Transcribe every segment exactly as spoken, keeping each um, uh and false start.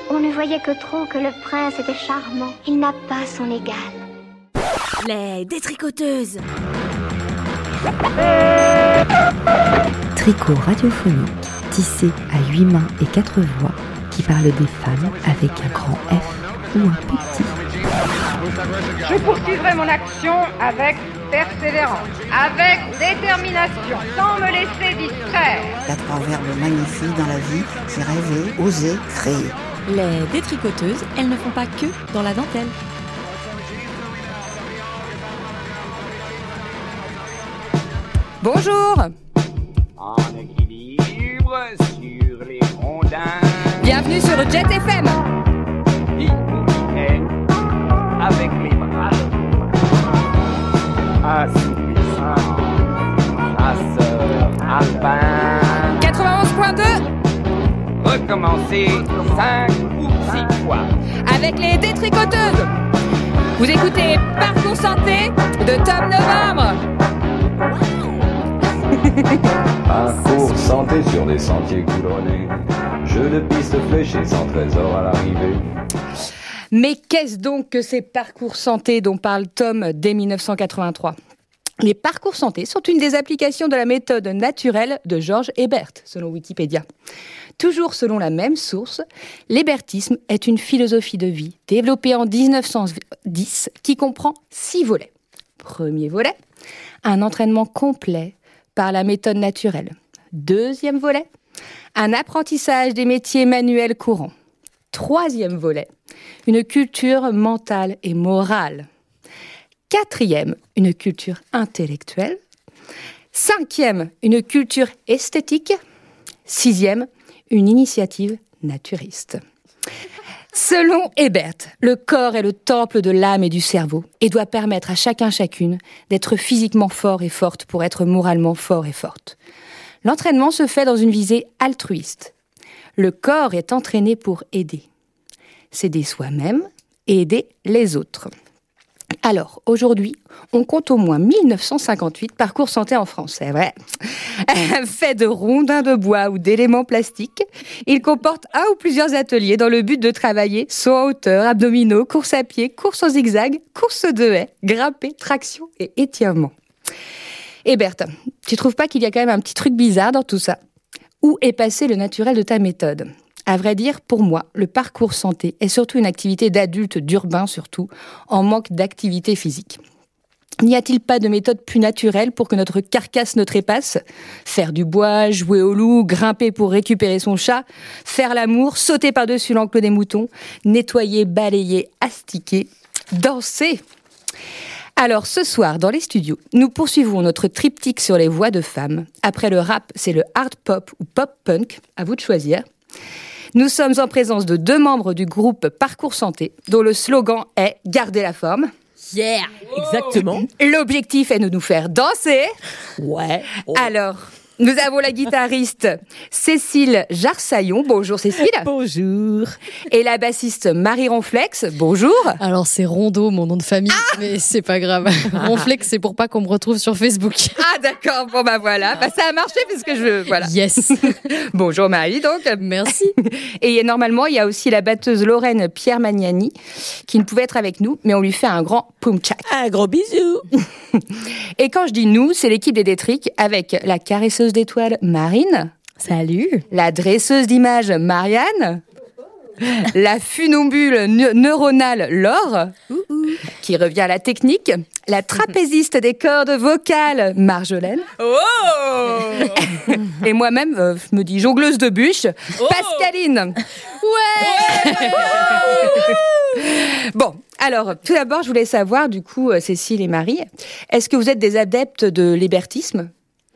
On ne voyait que trop que le prince était charmant. Il n'a pas son égal. Les détricoteuses. Tricot radiophonique, tissé à huit mains et quatre voix, qui parle des femmes avec un grand F ou un petit. Je poursuivrai mon action avec persévérance, avec détermination, sans me laisser distraire. Il y a trois verbes magnifiques dans la vie, c'est rêver, oser, créer. Les détricoteuses, elles ne font pas que dans la dentelle. Bonjour. En équilibre sur les rondins. Bienvenue sur Jet F M. Il mouillait avec les bras. Assoupissant, chasseur alpin. quatre-vingt-onze point deux. Recommencer cinq ou six fois. Avec les détricoteuses. Vous écoutez Parcours Santé de Tom Novembre. Parcours santé sur des sentiers coulonnés. Jeu de piste fléché sans trésor à l'arrivée. Mais qu'est-ce donc que ces parcours santé dont parle Tom dès dix-neuf cent quatre-vingt-trois ? Les parcours santé sont une des applications de la méthode naturelle de George Hebert, selon Wikipédia. Toujours selon la même source, l'hébertisme est une philosophie de vie développée en dix-neuf cent dix qui comprend six volets. Premier volet, un entraînement complet par la méthode naturelle. Deuxième volet, un apprentissage des métiers manuels courants. Troisième volet, une culture mentale et morale. Quatrième, une culture intellectuelle. Cinquième, une culture esthétique. Sixième, une initiative naturiste. Selon Hebert, le corps est le temple de l'âme et du cerveau et doit permettre à chacun chacune d'être physiquement fort et forte pour être moralement fort et forte. L'entraînement se fait dans une visée altruiste. Le corps est entraîné pour aider. S'aider soi-même et aider les autres. Alors, aujourd'hui, on compte au moins mille neuf cent cinquante-huit parcours santé en France, c'est vrai. Fait de rondins de bois ou d'éléments plastiques, il comporte un ou plusieurs ateliers dans le but de travailler saut en hauteur, abdominaux, course à pied, course en zigzag, course de haie, grimpé, traction et étirement. Et Berthe, tu trouves pas qu'il y a quand même un petit truc bizarre dans tout ça ? Où est passé le naturel de ta méthode ? À vrai dire, pour moi, le parcours santé est surtout une activité d'adulte, d'urbain surtout, en manque d'activité physique. N'y a-t-il pas de méthode plus naturelle pour que notre carcasse ne trépasse ? Faire du bois, jouer au loup, grimper pour récupérer son chat, faire l'amour, sauter par-dessus l'enclos des moutons, nettoyer, balayer, astiquer, danser. Alors, ce soir, dans les studios, nous poursuivons notre triptyque sur les voix de femmes. Après le rap, c'est le hard pop ou pop punk, à vous de choisir. Nous sommes en présence de deux membres du groupe Parcours Santé, dont le slogan est « Garder la forme ». Yeah, exactement. L'objectif est de nous faire danser. Ouais. Oh. Alors, nous avons la guitariste Cécile Jarsaillon. Bonjour Cécile. Bonjour. Et la bassiste Marie Ronflex. Bonjour. Alors c'est Rondo, mon nom de famille, ah mais c'est pas grave. Ronflex, c'est pour pas qu'on me retrouve sur Facebook. Ah d'accord, bon bah voilà, bah, ça a marché puisque je... Voilà. Yes. Bonjour Marie donc. Merci. Et normalement, il y a aussi la batteuse Lorraine Pierre Magnani qui ne pouvait être avec nous, mais on lui fait un grand poum-tchak. Un gros bisou. Et quand je dis nous, c'est l'équipe des Détriques avec la caresseuse d'étoiles Marine. Salut. La dresseuse d'images Marianne. La funambule ne- neuronale Laure, Ouh-ouh. Qui revient à la technique. La trapéziste des cordes vocales Marjolaine. Oh. Et moi-même, euh, je me dis jongleuse de bûches, oh. Pascaline. Ouais, ouais. Bon, alors, tout d'abord, je voulais savoir, du coup, Cécile et Marie, est-ce que vous êtes des adeptes de l'hébertisme ?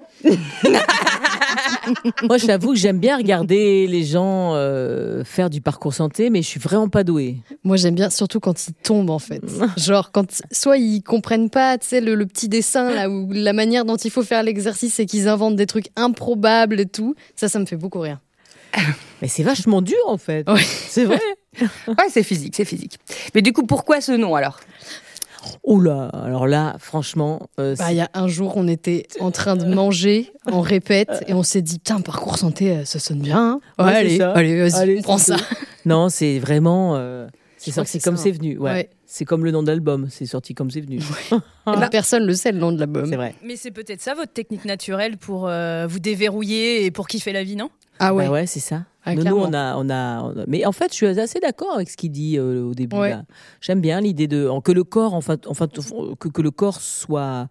Moi, je t'avoue que j'aime bien regarder les gens euh, faire du parcours santé, mais je suis vraiment pas douée. Moi, j'aime bien surtout quand ils tombent, en fait. Genre, quand soit ils comprennent pas, tu sais, le, le petit dessin, là, ou la manière dont il faut faire l'exercice et qu'ils inventent des trucs improbables et tout. Ça, ça me fait beaucoup rire. Mais c'est vachement dur, en fait. Ouais. C'est vrai. Ouais, c'est physique, c'est physique. Mais du coup, pourquoi ce nom, alors ? Oh là, alors là, franchement... Euh, bah, il y a un jour, on était en train de manger, on répète, et on s'est dit, putain, parcours santé, ça sonne bien. Hein ouais, ouais, allez, ça. allez, vas-y, allez, on prend ça. Non, c'est vraiment. Euh, c'est Je crois sorti que c'est comme ça, c'est hein. venu. Ouais. Ouais. C'est comme le nom de l'album. C'est sorti comme c'est venu. Bah, personne le sait, le nom de l'album. C'est vrai. Mais c'est peut-être ça votre technique naturelle pour euh, vous déverrouiller et pour kiffer la vie, non? Ah ouais. Bah ouais, c'est ça. Ah, nous, nous, clairement. on a, on a, on a- Mais en fait, je suis assez d'accord avec ce qu'il dit euh, au début. Ouais. Là. J'aime bien l'idée de que le corps, en fait, en fait, que, que le corps soit,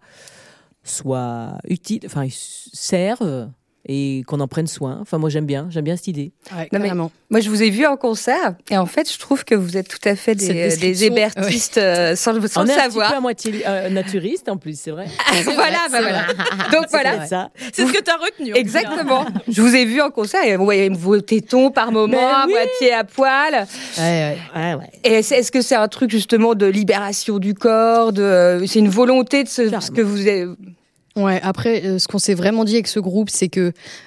soit utile, enfin, serve et qu'on en prenne soin. Enfin, moi, j'aime bien, j'aime bien cette idée. Ouais, Non, mais carrément. moi, je vous ai vu en concert et en fait, je trouve que vous êtes tout à fait Cette des, des description, hébertistes euh, sans, sans on le est un petit savoir. peu à moitié euh, naturiste en plus, c'est vrai. voilà, bah, voilà. Donc voilà. C'est ça. C'est ce que t'as retenu. Exactement. Je vous ai vu en concert et vous voyez vos tétons par moment, Mais à oui. moitié à poil. Ouais, ouais. Ouais, ouais. Et c'est- est-ce que c'est un truc justement de libération du corps, de, c'est une volonté de ce, ce que vous avez. Ouais, après, euh, ce qu'on s'est vraiment dit avec ce groupe, c'est que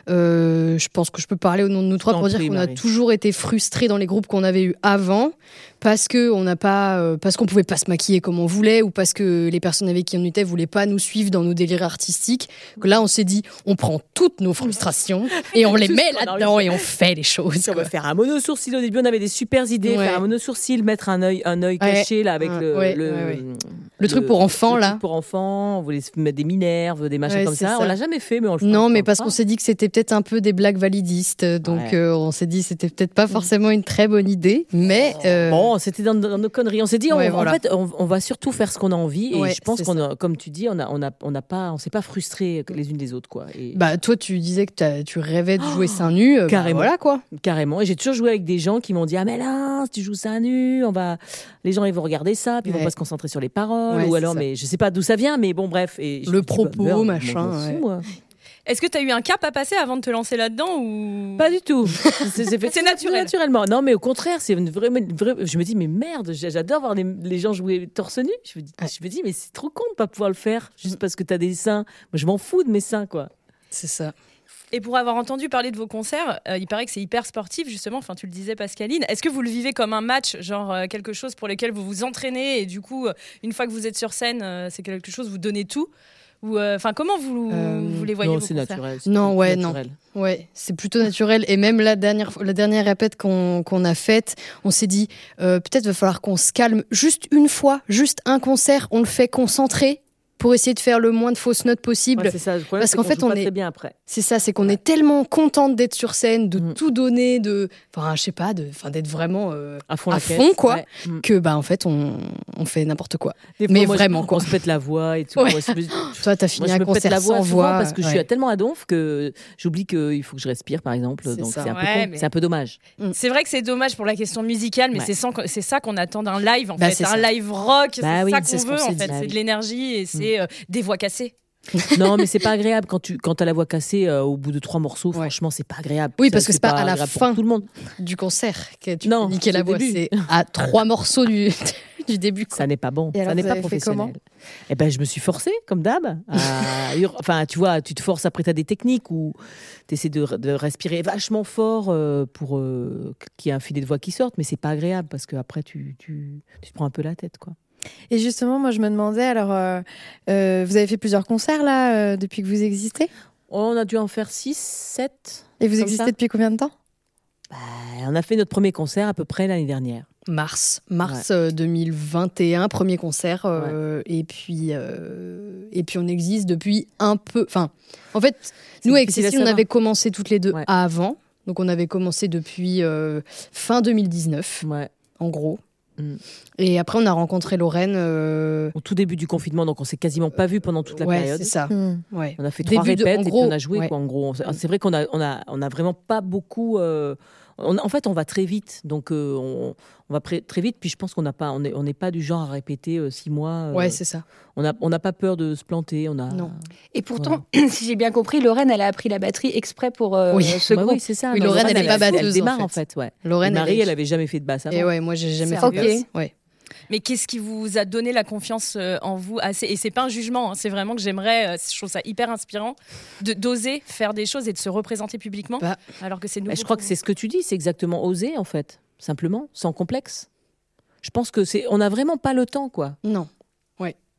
euh, je pense que je peux parler au nom de nous trois t'en pour dire prie, qu'on a Marie. toujours été frustrés dans les groupes qu'on avait eu avant parce que on n'a pas, euh, parce qu'on pouvait pas se maquiller comme on voulait ou parce que les personnes avec qui on était voulaient pas nous suivre dans nos délires artistiques. Que là, on s'est dit, on prend toutes nos frustrations et on les Tout met ce qu'on a là-dedans envie de et on fait les choses. On va quoi. faire un mono-sourcil. Au début, on avait des super idées. Ouais. Faire un mono-sourcil, mettre un œil, un œil Ouais. caché là avec Ouais, le, ouais, le, ouais, ouais. Le truc pour enfants, le là. truc pour enfants. On voulait se mettre des minerves, des machins Ouais, comme c'est ça. ça. On l'a jamais fait, mais on le fera. Non, on mais le parce fera. qu'on s'est dit que c'était peut-être un peu des blagues validistes, donc Ouais. euh, on s'est dit que c'était peut-être pas forcément une très bonne idée, mais euh, Bon, c'était dans, dans nos conneries. On s'est dit, on, Ouais, en voilà. fait, on, on va surtout faire ce qu'on a envie. Et Ouais, je pense c'est qu'on, a, comme tu dis, on a, on a, on a pas, on s'est pas frustrés les unes des autres, quoi. Et bah toi tu disais que t'as- tu rêvais de jouer seins nus, euh, bah, Carrément. voilà quoi. carrément. Et j'ai toujours joué avec des gens qui m'ont dit, ah mais là, si tu joues ça nu, on va, les gens ils vont regarder ça, puis ils Ouais. vont pas se concentrer sur les paroles, Ouais, ou c'est alors, ça. mais je sais pas d'où ça vient, mais bon, bref. Et je Le me dis, bah, propos, merde, machin, moi, je m'en fous, ouais. moi. Est-ce que t'as eu un cap à passer avant de te lancer là-dedans ou Pas du tout. C'est, c'est fait C'est naturel. Naturellement. Non, mais au contraire, c'est une vraie, une vraie- Je me dis, mais merde, j'adore voir les, les gens jouer torse nu. Je me, dis, je me dis, mais c'est trop con de pas pouvoir le faire juste parce que t'as des seins. Moi, je m'en fous de mes seins, quoi. C'est ça. Et pour avoir entendu parler de vos concerts, euh, il paraît que c'est hyper sportif, justement. Enfin, tu le disais, Pascaline. Est-ce que vous le vivez comme un match, genre euh, quelque chose pour lequel vous vous entraînez et du coup, euh, une fois que vous êtes sur scène, euh, c'est quelque chose, vous donnez tout? Ou euh, enfin, comment vous, Euh, vous les voyez Non, vos c'est concerts naturel. c'est Non, tout ouais, naturel. Ouais, c'est plutôt naturel. Et même la dernière, la dernière répète qu'on qu'on a faite, on s'est dit euh, peut-être va falloir qu'on se calme juste une fois, juste un concert, on le fait concentré pour essayer de faire le moins de fausses notes possible. Ouais, c'est ça. Le problème, Parce c'est qu'en qu'on fait, joue on pas est- très bien après. C'est ça, c'est qu'on est tellement contente d'être sur scène, de Mm. tout donner, de, enfin, je sais pas, de, enfin, d'être vraiment euh, À fond, à la fond, caisse, quoi. ouais. Mm. que, bah, en fait, on, on fait n'importe quoi. Des Mais moi, je- vraiment, quoi. On se pète la voix et tout. Ouais. Moi, je me- Toi, t'as fini Moi, je un me pète concert la voix sans souvent voix parce que je ouais. suis tellement à donf que j'oublie qu'il faut que je respire, par exemple. C'est Donc ça. c'est un, peu Ouais, con. mais- C'est un peu dommage. C'est vrai que c'est dommage pour la question musicale, mais Ouais. c'est ça, qu'on- c'est ça qu'on attend d'un live, en Bah, fait. c'est un ça. live rock, Bah c'est oui, ça c'est qu'on ce qu'on veut, en s'est fait. dit. C'est de l'énergie et c'est euh, des voix cassées. Non, mais c'est pas agréable quand tu quand as la voix cassée euh, au bout de trois morceaux. Ouais. Franchement, c'est pas agréable. Oui, Ça, parce que c'est pas à la agréable pour fin. tout le monde. Du concert que tu Non, peux niquer la c'est au voix. début. C'est à trois morceaux du, du début. Quoi. Ça n'est pas bon. Et alors, Ça n'est vous pas avez fait professionnel. comment Eh ben, je me suis forcée, comme d'hab. à hur- Enfin, tu vois, tu te forces après, tu as des techniques où tu essaies de, de respirer vachement fort euh, pour euh, qu'il y ait un filet de voix qui sorte, mais c'est pas agréable parce qu'après, tu, tu, tu te prends un peu la tête, quoi. Et justement, moi, je me demandais, alors, euh, euh, vous avez fait plusieurs concerts, là, euh, depuis que vous existez? On a dû en faire six, sept. Et vous Comme existez ça. depuis combien de temps? Bah, on a fait notre premier concert à peu près l'année dernière. Mars, mars euh, deux mille vingt et un, premier concert. euh, et, puis, euh, et puis, on existe depuis un peu. Enfin, en fait, C'est nous, avec difficile à Cécile, on savoir. avait commencé toutes les deux Ouais. avant. Donc, on avait commencé depuis euh, fin deux mille dix-neuf, Ouais. en gros. Mm. Et après, on a rencontré Lorraine. euh, Au tout début du confinement, donc on s'est quasiment pas vu pendant toute la ouais, période. c'est ça. Hmm. Ouais. On a fait trois Début de- répètes en et puis gros, on a joué. ouais. Quoi, en gros, On- c'est vrai qu'on a, on a, on a vraiment pas beaucoup. euh, on- en fait, on va très vite, donc euh, on, on va pré- très vite. Puis je pense qu'on n'a pas, on n'est on n'est pas du genre à répéter euh, six mois. euh, Ouais, c'est ça. on n'a on n'a pas peur de se planter. On a. Non. Et pourtant, si j'ai bien compris, Lorraine, elle a appris la batterie exprès pour euh, Oui. ce Bah groupe. oui, c'est ça. Oui, Non, Lorraine, elle est pas Elle batteuse, démarre en en fait. Ouais. Lorraine, Et Marie, elle est- elle avait jamais fait de basse avant. Et ouais, moi, j'ai jamais Sérieux fait de ouais. Mais qu'est-ce qui vous a donné la confiance euh, en vous assez... Et c'est pas un jugement, hein, c'est vraiment que j'aimerais, euh, je trouve ça hyper inspirant, de d'oser faire des choses et de se représenter publiquement, Bah, alors que c'est nouveau. Bah, je crois pour que c'est ce que tu dis, c'est exactement oser en fait, simplement, sans complexe. Je pense que c'est, on n'a vraiment pas le temps, quoi. Non.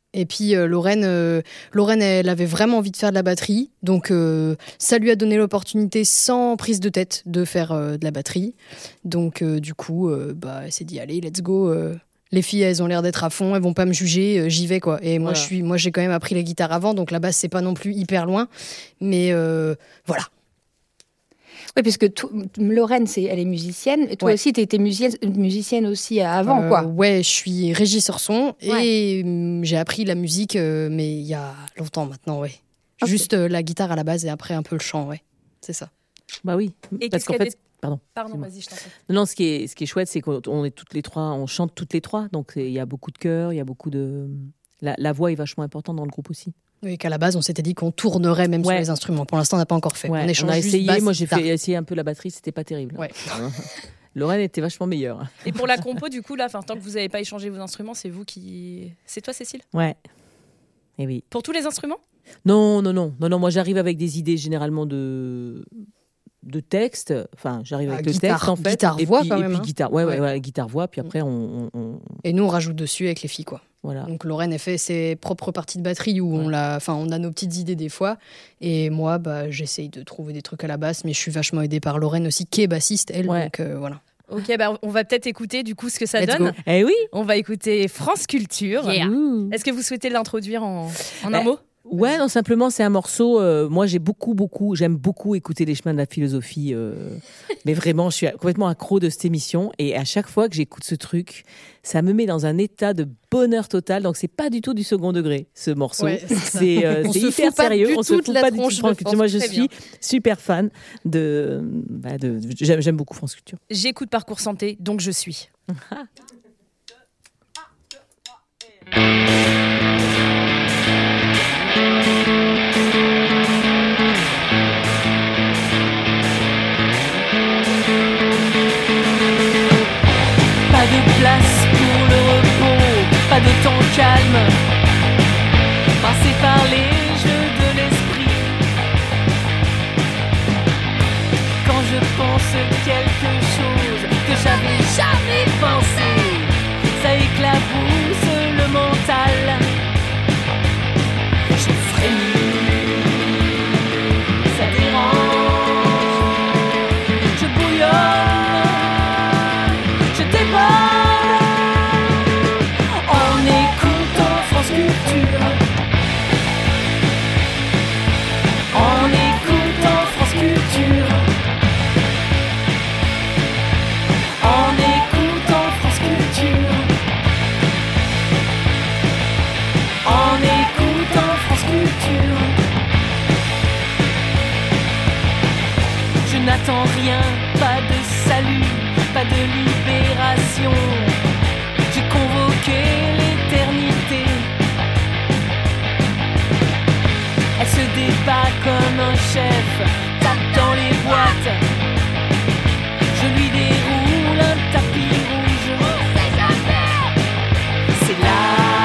Et puis euh, Lorraine, euh, Lorraine, elle avait vraiment envie de faire de la batterie, donc euh, ça lui a donné l'opportunité sans prise de tête de faire euh, de la batterie. Donc euh, du coup, euh, bah, elle s'est dit allez, let's go. Euh, les filles, elles ont l'air d'être à fond, elles vont pas me juger, euh, j'y vais quoi. Et moi, Voilà. je suis, moi, j'ai quand même appris la guitare avant, donc la basse c'est pas non plus hyper loin, mais euh, voilà. Oui, puisque tout- Lorraine, c'est, elle est musicienne. Et toi Ouais. aussi, tu étais musicienne, musicienne aussi avant, Euh, quoi. Ouais, je suis régisseur son et hum, j'ai appris la musique, euh, mais il y a longtemps maintenant, ouais. Ok. Juste euh, la guitare à la base et après un peu le chant, ouais. C'est ça. Bah oui. Et Parce qu'est-ce qu'en qu'elle fait, est- pardon. Pardon, Excuse-moi. vas-y, je t'en prie. Non, non, ce qui est, ce qui est chouette, c'est qu'on on est toutes les trois, on chante toutes les trois, donc il y a beaucoup de chœurs, il y a beaucoup de. La, la voix est vachement importante dans le groupe aussi. Oui, qu'à la base, on s'était dit qu'on tournerait même Ouais. sur les instruments. Pour l'instant, on n'a pas encore fait. Ouais, on on échange a juste essayé, basse, moi j'ai guitare. fait essayer un peu la batterie, c'était pas terrible. Ouais. Hein. Lorraine était vachement meilleure. Et pour la compo, du coup, là, enfin, tant que vous n'avez pas échangé vos instruments, c'est vous qui. C'est toi, Cécile Ouais. Et oui. Pour tous les instruments Non, non, non, non, non. Moi, j'arrive avec des idées généralement de de texte. Enfin, j'arrive Ah, avec le guitare- texte en fait. guitare et voix, puis, quand et même, puis hein. guitare. Ouais, ouais, Ouais. ouais, guitare voix. Puis après, on, on- on- Et nous, on rajoute dessus avec les filles, quoi. voilà. Donc Lorraine, elle fait ses propres parties de batterie où on, l'a, enfin, on a nos petites idées des fois. Et moi, bah, j'essaye de trouver des trucs à la basse, mais je suis vachement aidée par Lorraine aussi, qui est bassiste, elle. Ouais. Donc euh, voilà. Ok, bah, on va peut-être écouter du coup ce que ça Let's donne. go. Eh oui. On va écouter France Culture. Yeah. Ouh. Est-ce que vous souhaitez l'introduire en, en Bah, un mot Ouais, non, simplement, c'est un morceau. euh, moi, j'ai beaucoup, beaucoup, j'aime beaucoup écouter les chemins de la philosophie. euh, mais vraiment, je suis complètement accro de cette émission. Et à chaque fois que j'écoute ce truc, ça me met dans un état de bonheur total. Donc, c'est pas du tout du second degré, ce morceau. Ouais, c'est ça. c'est euh, On c'est se hyper fout pas sérieux. du On se tout de fout la pas du tout tronche de de France France. Culture. Moi, je Très suis super fan de. bah, de j'aime, j'aime beaucoup France Culture. J'écoute Parcours Santé, donc je suis. Pas de place pour le repos, pas de temps calme. Passer par les jeux de l'esprit. Quand je pense quelque chose que j'avais jamais pensé, ça éclabousse le mental. Je frémis, ça dérange, je bouillonne, je déborde. En écoutant France Culture, en écoutant France Culture, en écoutant France Culture, en écoutant France Culture. Je n'attends rien, pas de salut, pas de libération. J'ai convoqué l'éternité. Elle se débat comme un chef, tape dans les boîtes. Je lui déroule un tapis rouge. C'est là.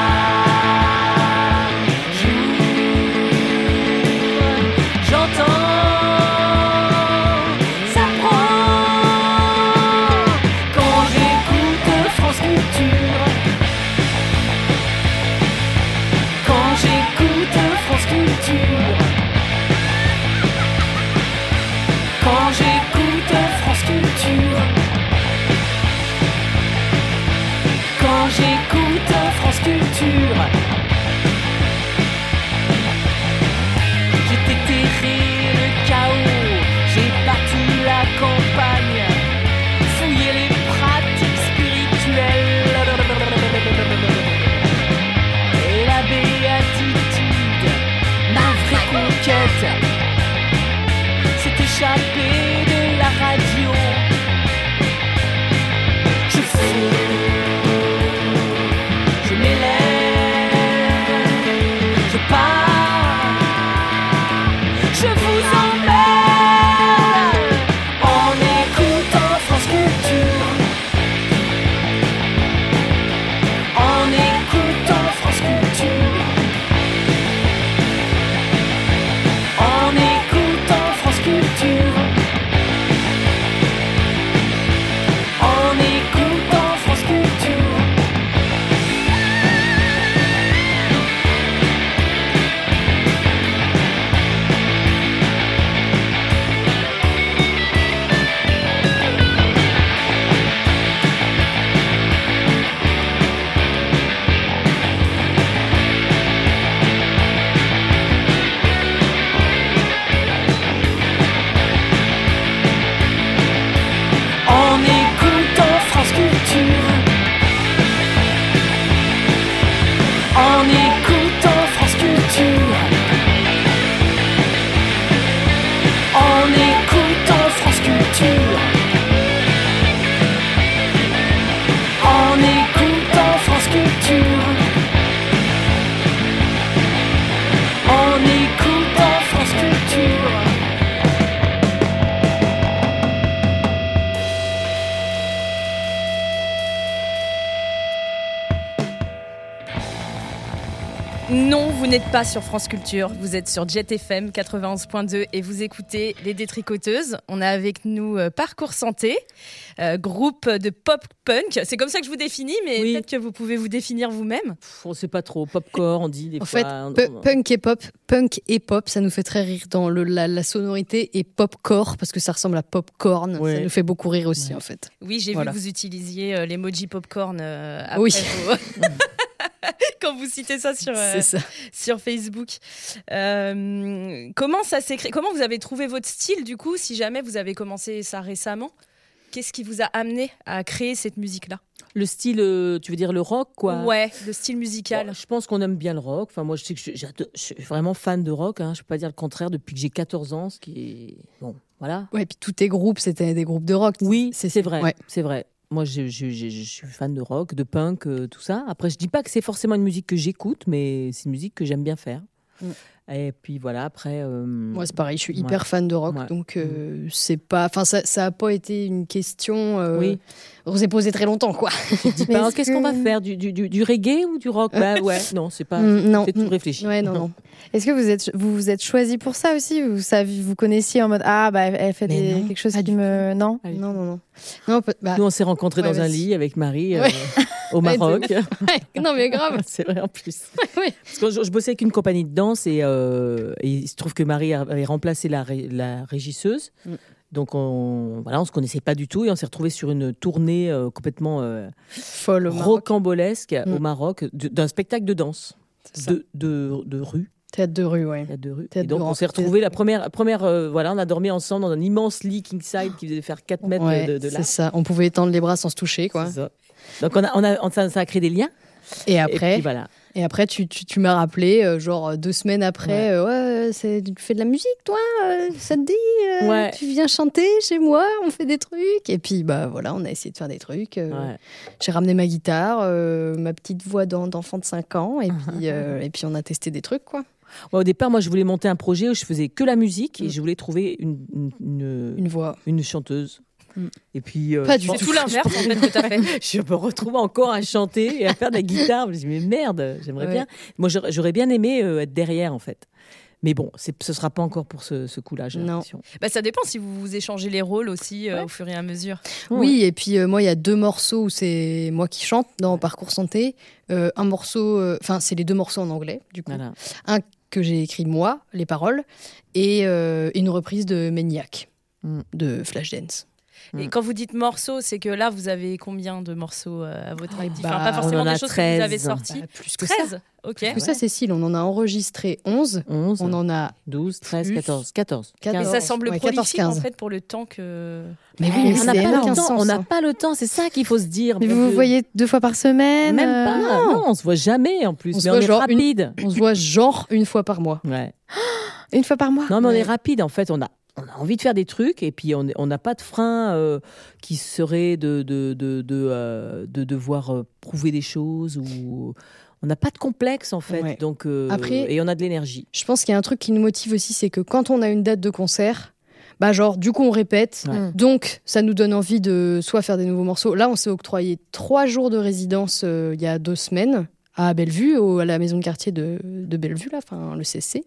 J'entends, ça prend quand j'écoute France Culture. Quand j'écoute France Culture. Quand j'écoute France Culture. Quand j'écoute France Culture. J'ai déterré le chaos, j'ai battu la campagne, fouillé les pratiques spirituelles et la béatitude, ma vraie conquête, s'est échappée de la radio. Je fous, je m'élève. Non, vous n'êtes pas sur France Culture, vous êtes sur Jet F M quatre-vingt-onze point deux et vous écoutez Les Détricoteuses. On a avec nous euh, Parcours Santé, euh, groupe de pop-punk. C'est comme ça que je vous définis, mais Oui. peut-être que vous pouvez vous définir vous-même. Pff, on sait pas trop. Popcore, on dit des En fois. fait, On- pu- on- punk et pop, punk et pop, ça nous fait très rire dans le, la, la sonorité et popcore parce que ça ressemble à popcorn. Ouais. Ça nous fait beaucoup rire aussi en fait. Oui, j'ai Voilà. vu que vous utilisiez euh, l'emoji popcorn euh, après Oui. vos- quand vous citez ça sur, euh, C'est ça. sur Facebook. Euh, comment ça s'est créé ? Comment vous avez trouvé votre style du coup, si jamais vous avez commencé ça récemment ? Qu'est-ce qui vous a amené à créer cette musique-là ? Le style, euh, tu veux dire le rock, quoi. Ouais, le style musical. Bon, je pense qu'on aime bien le rock. Enfin, moi, je sais que je, j'ado- je suis vraiment fan de rock. Hein. Je peux pas dire le contraire depuis que j'ai quatorze ans, ce qui est bon. Voilà. Ouais, et puis tous tes groupes, c'était des groupes de rock. Oui, c'est, c'est vrai. Ouais. C'est vrai. Moi, je, je, je, je suis fan de rock, de punk, euh, tout ça. Après, je dis pas que c'est forcément une musique que j'écoute, mais c'est une musique que j'aime bien faire. Mm. Et puis voilà, après. euh, Moi, c'est pareil, je suis ouais. hyper fan de rock, Ouais. donc euh, c'est pas, enfin, ça, ça a pas été une question. Euh, Oui. On s'est posé très longtemps, quoi. Tu te dis pas, oh, qu'est-ce qu'on va faire du, du, du, du reggae ou du rock? Bah ouais, non, c'est pas. Mm, non. C'est tout réfléchi. Ouais, non, non. Est-ce que vous êtes vous vous êtes choisi pour ça aussi? Vous savez, vous connaissiez en mode ah bah elle fait Mais des- non, quelque chose qui me non Non, non, non. Non, peut- bah, Nous, on s'est rencontrés ouais, dans un vas-y. lit avec Marie euh, Ouais. au Ouais, Maroc. c'est ouf. Ouais, non, mais grave. C'est vrai en plus. Ouais. Parce que je, je bossais avec une compagnie de danse et, euh, et il se trouve que Marie avait remplacé la, ré- la régisseuse. Mm. Donc on voilà, on se connaissait pas du tout et on s'est retrouvés sur une tournée euh, complètement euh, Folle au Maroc. rocambolesque Mm. au Maroc de- d'un spectacle de danse C'est ça. de, de, de rue. Théâtre de rue, ouais. Théâtre de rue. Théâtre Et donc de on rue. s'est retrouvés la première première euh, voilà, on a dormi ensemble dans un immense lit king side qui devait faire quatre mètres Ouais, de, de c'est large. ça. On pouvait étendre les bras sans se toucher, quoi. C'est ça. Donc on a, on a, on- ça, ça a créé des liens. Et Et après, puis voilà. et après, tu, tu, tu m'as rappelé, euh, genre deux semaines après, Ouais. euh, ouais, c'est, tu fais de la musique, toi, euh, ça te dit, euh, Ouais. tu viens chanter chez moi, on fait des trucs. Et puis, bah voilà, on a essayé de faire des trucs. euh, Ouais. J'ai ramené ma guitare, euh, ma petite voix d'en- d'enfant de cinq ans, et puis, euh, et puis on a testé des trucs, quoi. Ouais, au départ, moi, je voulais monter un projet où je faisais que la musique et Mm. je voulais trouver une, une, une, Une voix. une chanteuse. Mm. Et puis, euh, Pas je du pense- C'est tout l'inverse en fait que t'as fait. je me retrouve encore à chanter et à faire de la guitare. Je me dis, mais merde, j'aimerais Ouais. bien. Moi, j'aurais j'aurais bien aimé euh, être derrière, en fait. Mais bon, c'est, ce ne sera pas encore pour ce, ce coup-là, j'ai Non. l'impression. Bah, ça dépend si vous vous échangez les rôles aussi euh, Ouais. au fur et à mesure. Oui, et puis euh, moi, il y a deux morceaux où c'est moi qui chante dans Parcours Santé. Euh, un morceau, enfin, c'est les deux morceaux en anglais, du coup. Voilà. Un que j'ai écrit moi, les paroles, et euh, une reprise de Maniac, Mm. de Flashdance. Et Mm. quand vous dites morceaux, c'est que là, vous avez combien de morceaux euh, à votre actif bah, Enfin, pas forcément on en a des choses que treize. vous avez sorties. Bah, plus que ça. treize Ok. Plus que ça, Cécile, on en a enregistré onze. onze, On en a douze, treize, plus. quatorze, quatorze, Et quatorze. ça semble Ouais, prolifique quatorze, en quinze. fait pour le temps que. Mais Ouais, oui, mais on n'a c'est pas énorme. le temps. Sens, On n'a hein. pas le temps. C'est ça qu'il faut se dire. Mais mon vous vous Dieu. voyez deux fois par semaine? Même euh, pas. Non, on se voit jamais en plus. On se mais voit on est genre une- rapide. On se voit genre une fois par mois. Ouais. Une fois par mois? Non, mais on Ouais. est rapide. En fait, on a, on a envie de faire des trucs et puis on on n'a pas de frein euh, qui serait de, de, de, de, euh, de devoir euh, prouver des choses ou. On n'a pas de complexe en fait. Ouais. Donc, euh, Après- et on a de l'énergie. Je pense qu'il y a un truc qui nous motive aussi, c'est que quand on a une date de concert, bah genre du coup on répète, Ouais. donc ça nous donne envie de soit faire des nouveaux morceaux. Là, on s'est octroyé trois jours de résidence euh, il y a deux semaines à Bellevue, au- à la maison de quartier de, de Bellevue, là, enfin le C C.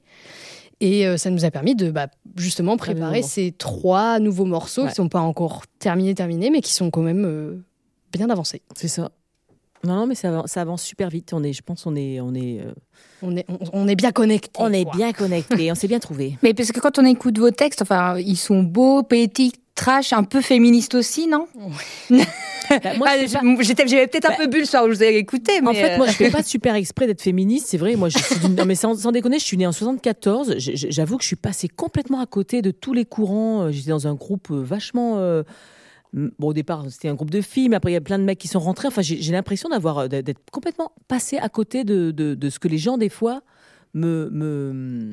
Et euh, ça nous a permis de bah, justement préparer nouveaux ces trois nouveaux morceaux Ouais. qui sont pas encore terminés, terminés, mais qui sont quand même euh, bien avancés. C'est ça. Non, non, mais ça, avance- ça avance super vite. On est, je pense, on est, on est, euh, On est, on, on est bien connectés. on est quoi. bien connectés. On s'est bien trouvés. Mais parce que quand on écoute vos textes, enfin, ils sont beaux, poétiques, trash, un peu féministes aussi, non? Bah, moi, Ah, je fais pas- je- j'étais- J'avais peut-être Bah, un peu bu le soir où je vous ai écouté, mais En fait, euh, moi, je fais pas super exprès d'être féministe, c'est vrai. Moi, je suis d'une- non, mais sans, sans déconner, je suis née en soixante-quatorze. J- j- J'avoue que je suis passée complètement à côté de tous les courants. Euh, J'étais dans un groupe euh, vachement. euh, m- Bon, au départ, c'était un groupe de filles, mais après, il y a plein de mecs qui sont rentrés. Enfin, j'ai j'ai l'impression d'avoir euh, d'être complètement passée à côté de, de, de ce que les gens, des fois, me. me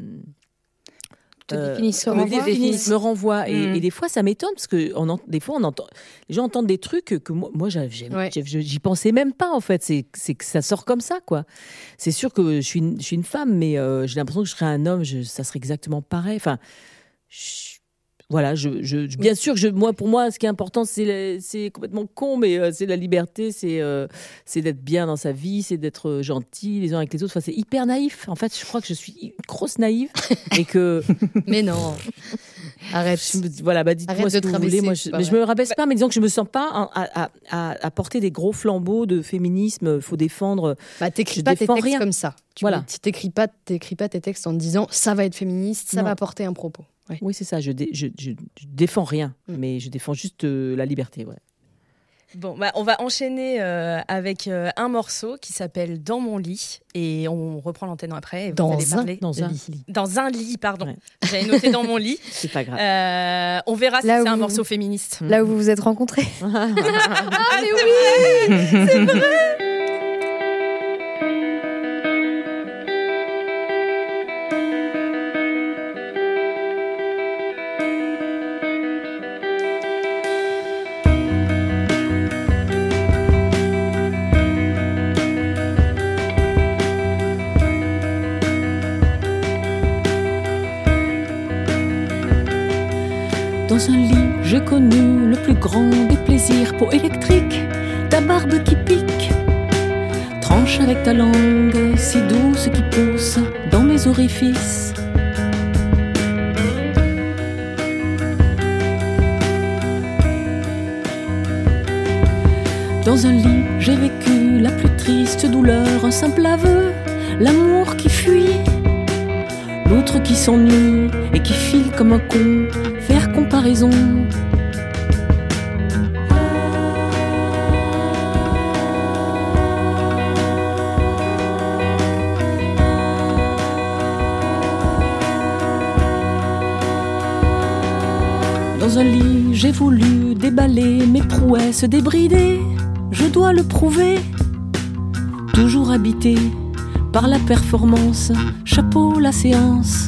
te euh, définissent, me renvoient. définissent, me renvoient. Et, Mm. et des fois, ça m'étonne parce que on en- des fois, on entend, les gens entendent des trucs que moi, moi j'avais- j'ai- Ouais. j'ai- j'y pensais même pas en fait. C'est c'est que ça sort comme ça, quoi. C'est sûr que je suis une, je suis une femme, mais euh, j'ai l'impression que je serais un homme, je- ça serait exactement pareil. Enfin, je- Voilà, je, je, je- bien sûr, je, moi, pour moi, ce qui est important, c'est, la- c'est complètement con, mais euh, c'est la liberté, c'est, euh, c'est d'être bien dans sa vie, c'est d'être euh, gentil les uns avec les autres. Enfin, c'est hyper naïf. En fait, je crois que je suis une grosse naïve et que. Mais non. Arrête. Je me dis- voilà, bah, dites-moi Arrête ce de que te vous voulez. rabaisser, Moi, c'est je, pas mais je vrai. me rabaisse pas, mais disons que je me sens pas en- à, à, à, à porter des gros flambeaux de féminisme. Faut défendre. Bah, t'écris je pas tes défends textes rien. comme ça. Tu Voilà. voilà. T'écris pas, t'écris pas tes textes en te disant ça va être féministe, ça Non. va porter un propos. Ouais. Oui, c'est ça. Je, dé- je, je, je défends rien, Mm. mais je défends juste euh, la liberté. Ouais. Bon, bah, on va enchaîner euh, avec euh, un morceau qui s'appelle Dans mon lit et on reprend l'antenne après. Et vous Dans allez un parler. Dans un lit. lit. Dans un lit, pardon. Ouais. J'avais noté dans mon lit. C'est pas grave. Euh, on verra si Là c'est où un vous- morceau féministe. Là où vous vous êtes rencontrés. Ah, mais oui, c'est vrai. Dans un lit, j'ai connu le plus grand des plaisirs. Peau électrique, ta barbe qui pique. Tranche avec ta langue si douce qui pousse dans mes orifices. Dans un lit, j'ai vécu la plus triste douleur, un simple aveu, l'amour qui fuit. L'autre qui s'ennuie et qui file comme un con, faire comparaison. Dans un lit, j'ai voulu déballer mes prouesses débridées. Je dois le prouver, toujours habité par la performance. Chapeau la séance.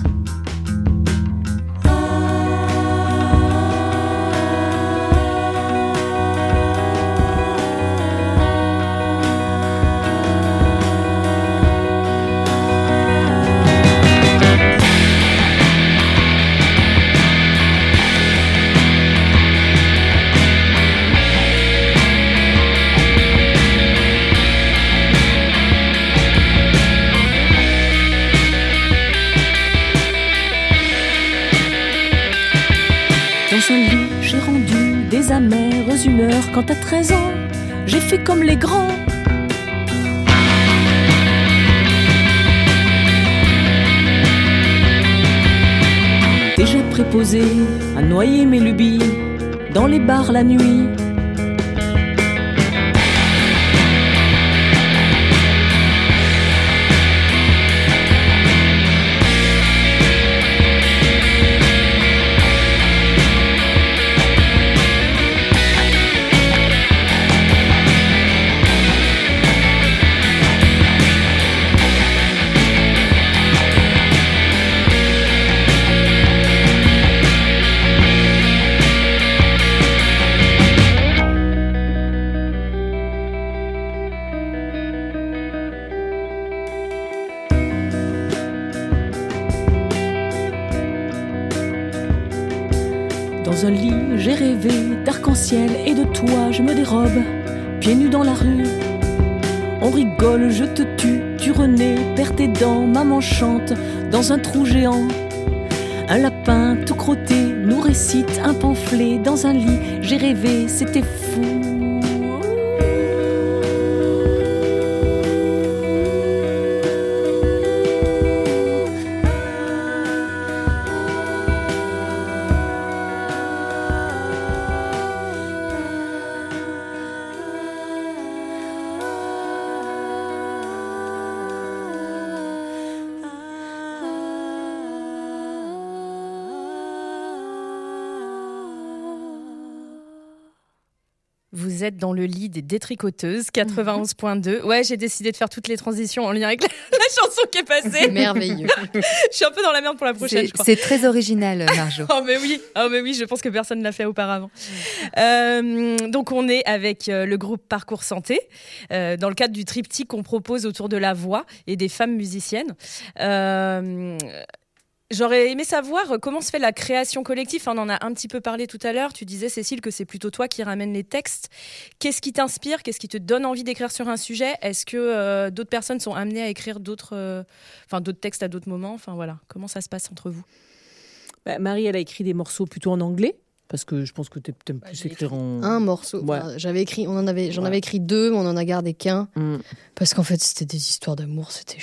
Dans un lit, j'ai rendu des amères humeurs quand à treize ans, j'ai fait comme les grands. Déjà préposé à noyer mes lubies dans les bars la nuit. Dans un lit, j'ai rêvé d'arc-en-ciel et de toi, je me dérobe, pieds nus dans la rue. On rigole, je te tue, tu renais, perds tes dents, maman chante dans un trou géant. Un lapin tout crotté nous récite un pamphlet dans un lit, j'ai rêvé, c'était fou. Vous êtes dans le lit des détricoteuses, quatre-vingt-onze point deux. Ouais, j'ai décidé de faire toutes les transitions en lien avec la, la chanson qui est passée. Merveilleux. Je suis un peu dans la merde pour la prochaine, C'est je crois. c'est très original, Marjo. Oh mais oui, oh mais oui, je pense que personne ne l'a fait auparavant. Euh, donc on est avec euh, le groupe Parcours Santé euh, dans le cadre du triptyque qu'on propose autour de la voix et des femmes musiciennes. Euh, J'aurais aimé savoir comment se fait la création collective. Enfin, on en a un petit peu parlé tout à l'heure. Tu disais, Cécile, que c'est plutôt toi qui ramène les textes. Qu'est-ce qui t'inspire ? Qu'est-ce qui te donne envie d'écrire sur un sujet ? Est-ce que euh, d'autres personnes sont amenées à écrire d'autres, euh, enfin, d'autres textes à d'autres moments ? Enfin, voilà. Comment ça se passe entre vous ? Bah, Marie, elle a écrit des morceaux plutôt en anglais. Parce que je pense que tu aimes plus bah, écrire en... Un morceau. Ouais. Enfin, j'avais écrit, on en avait, j'en ouais. avais écrit deux, mais on en a gardé qu'un. Mm. Parce qu'en fait, c'était des histoires d'amour. C'était,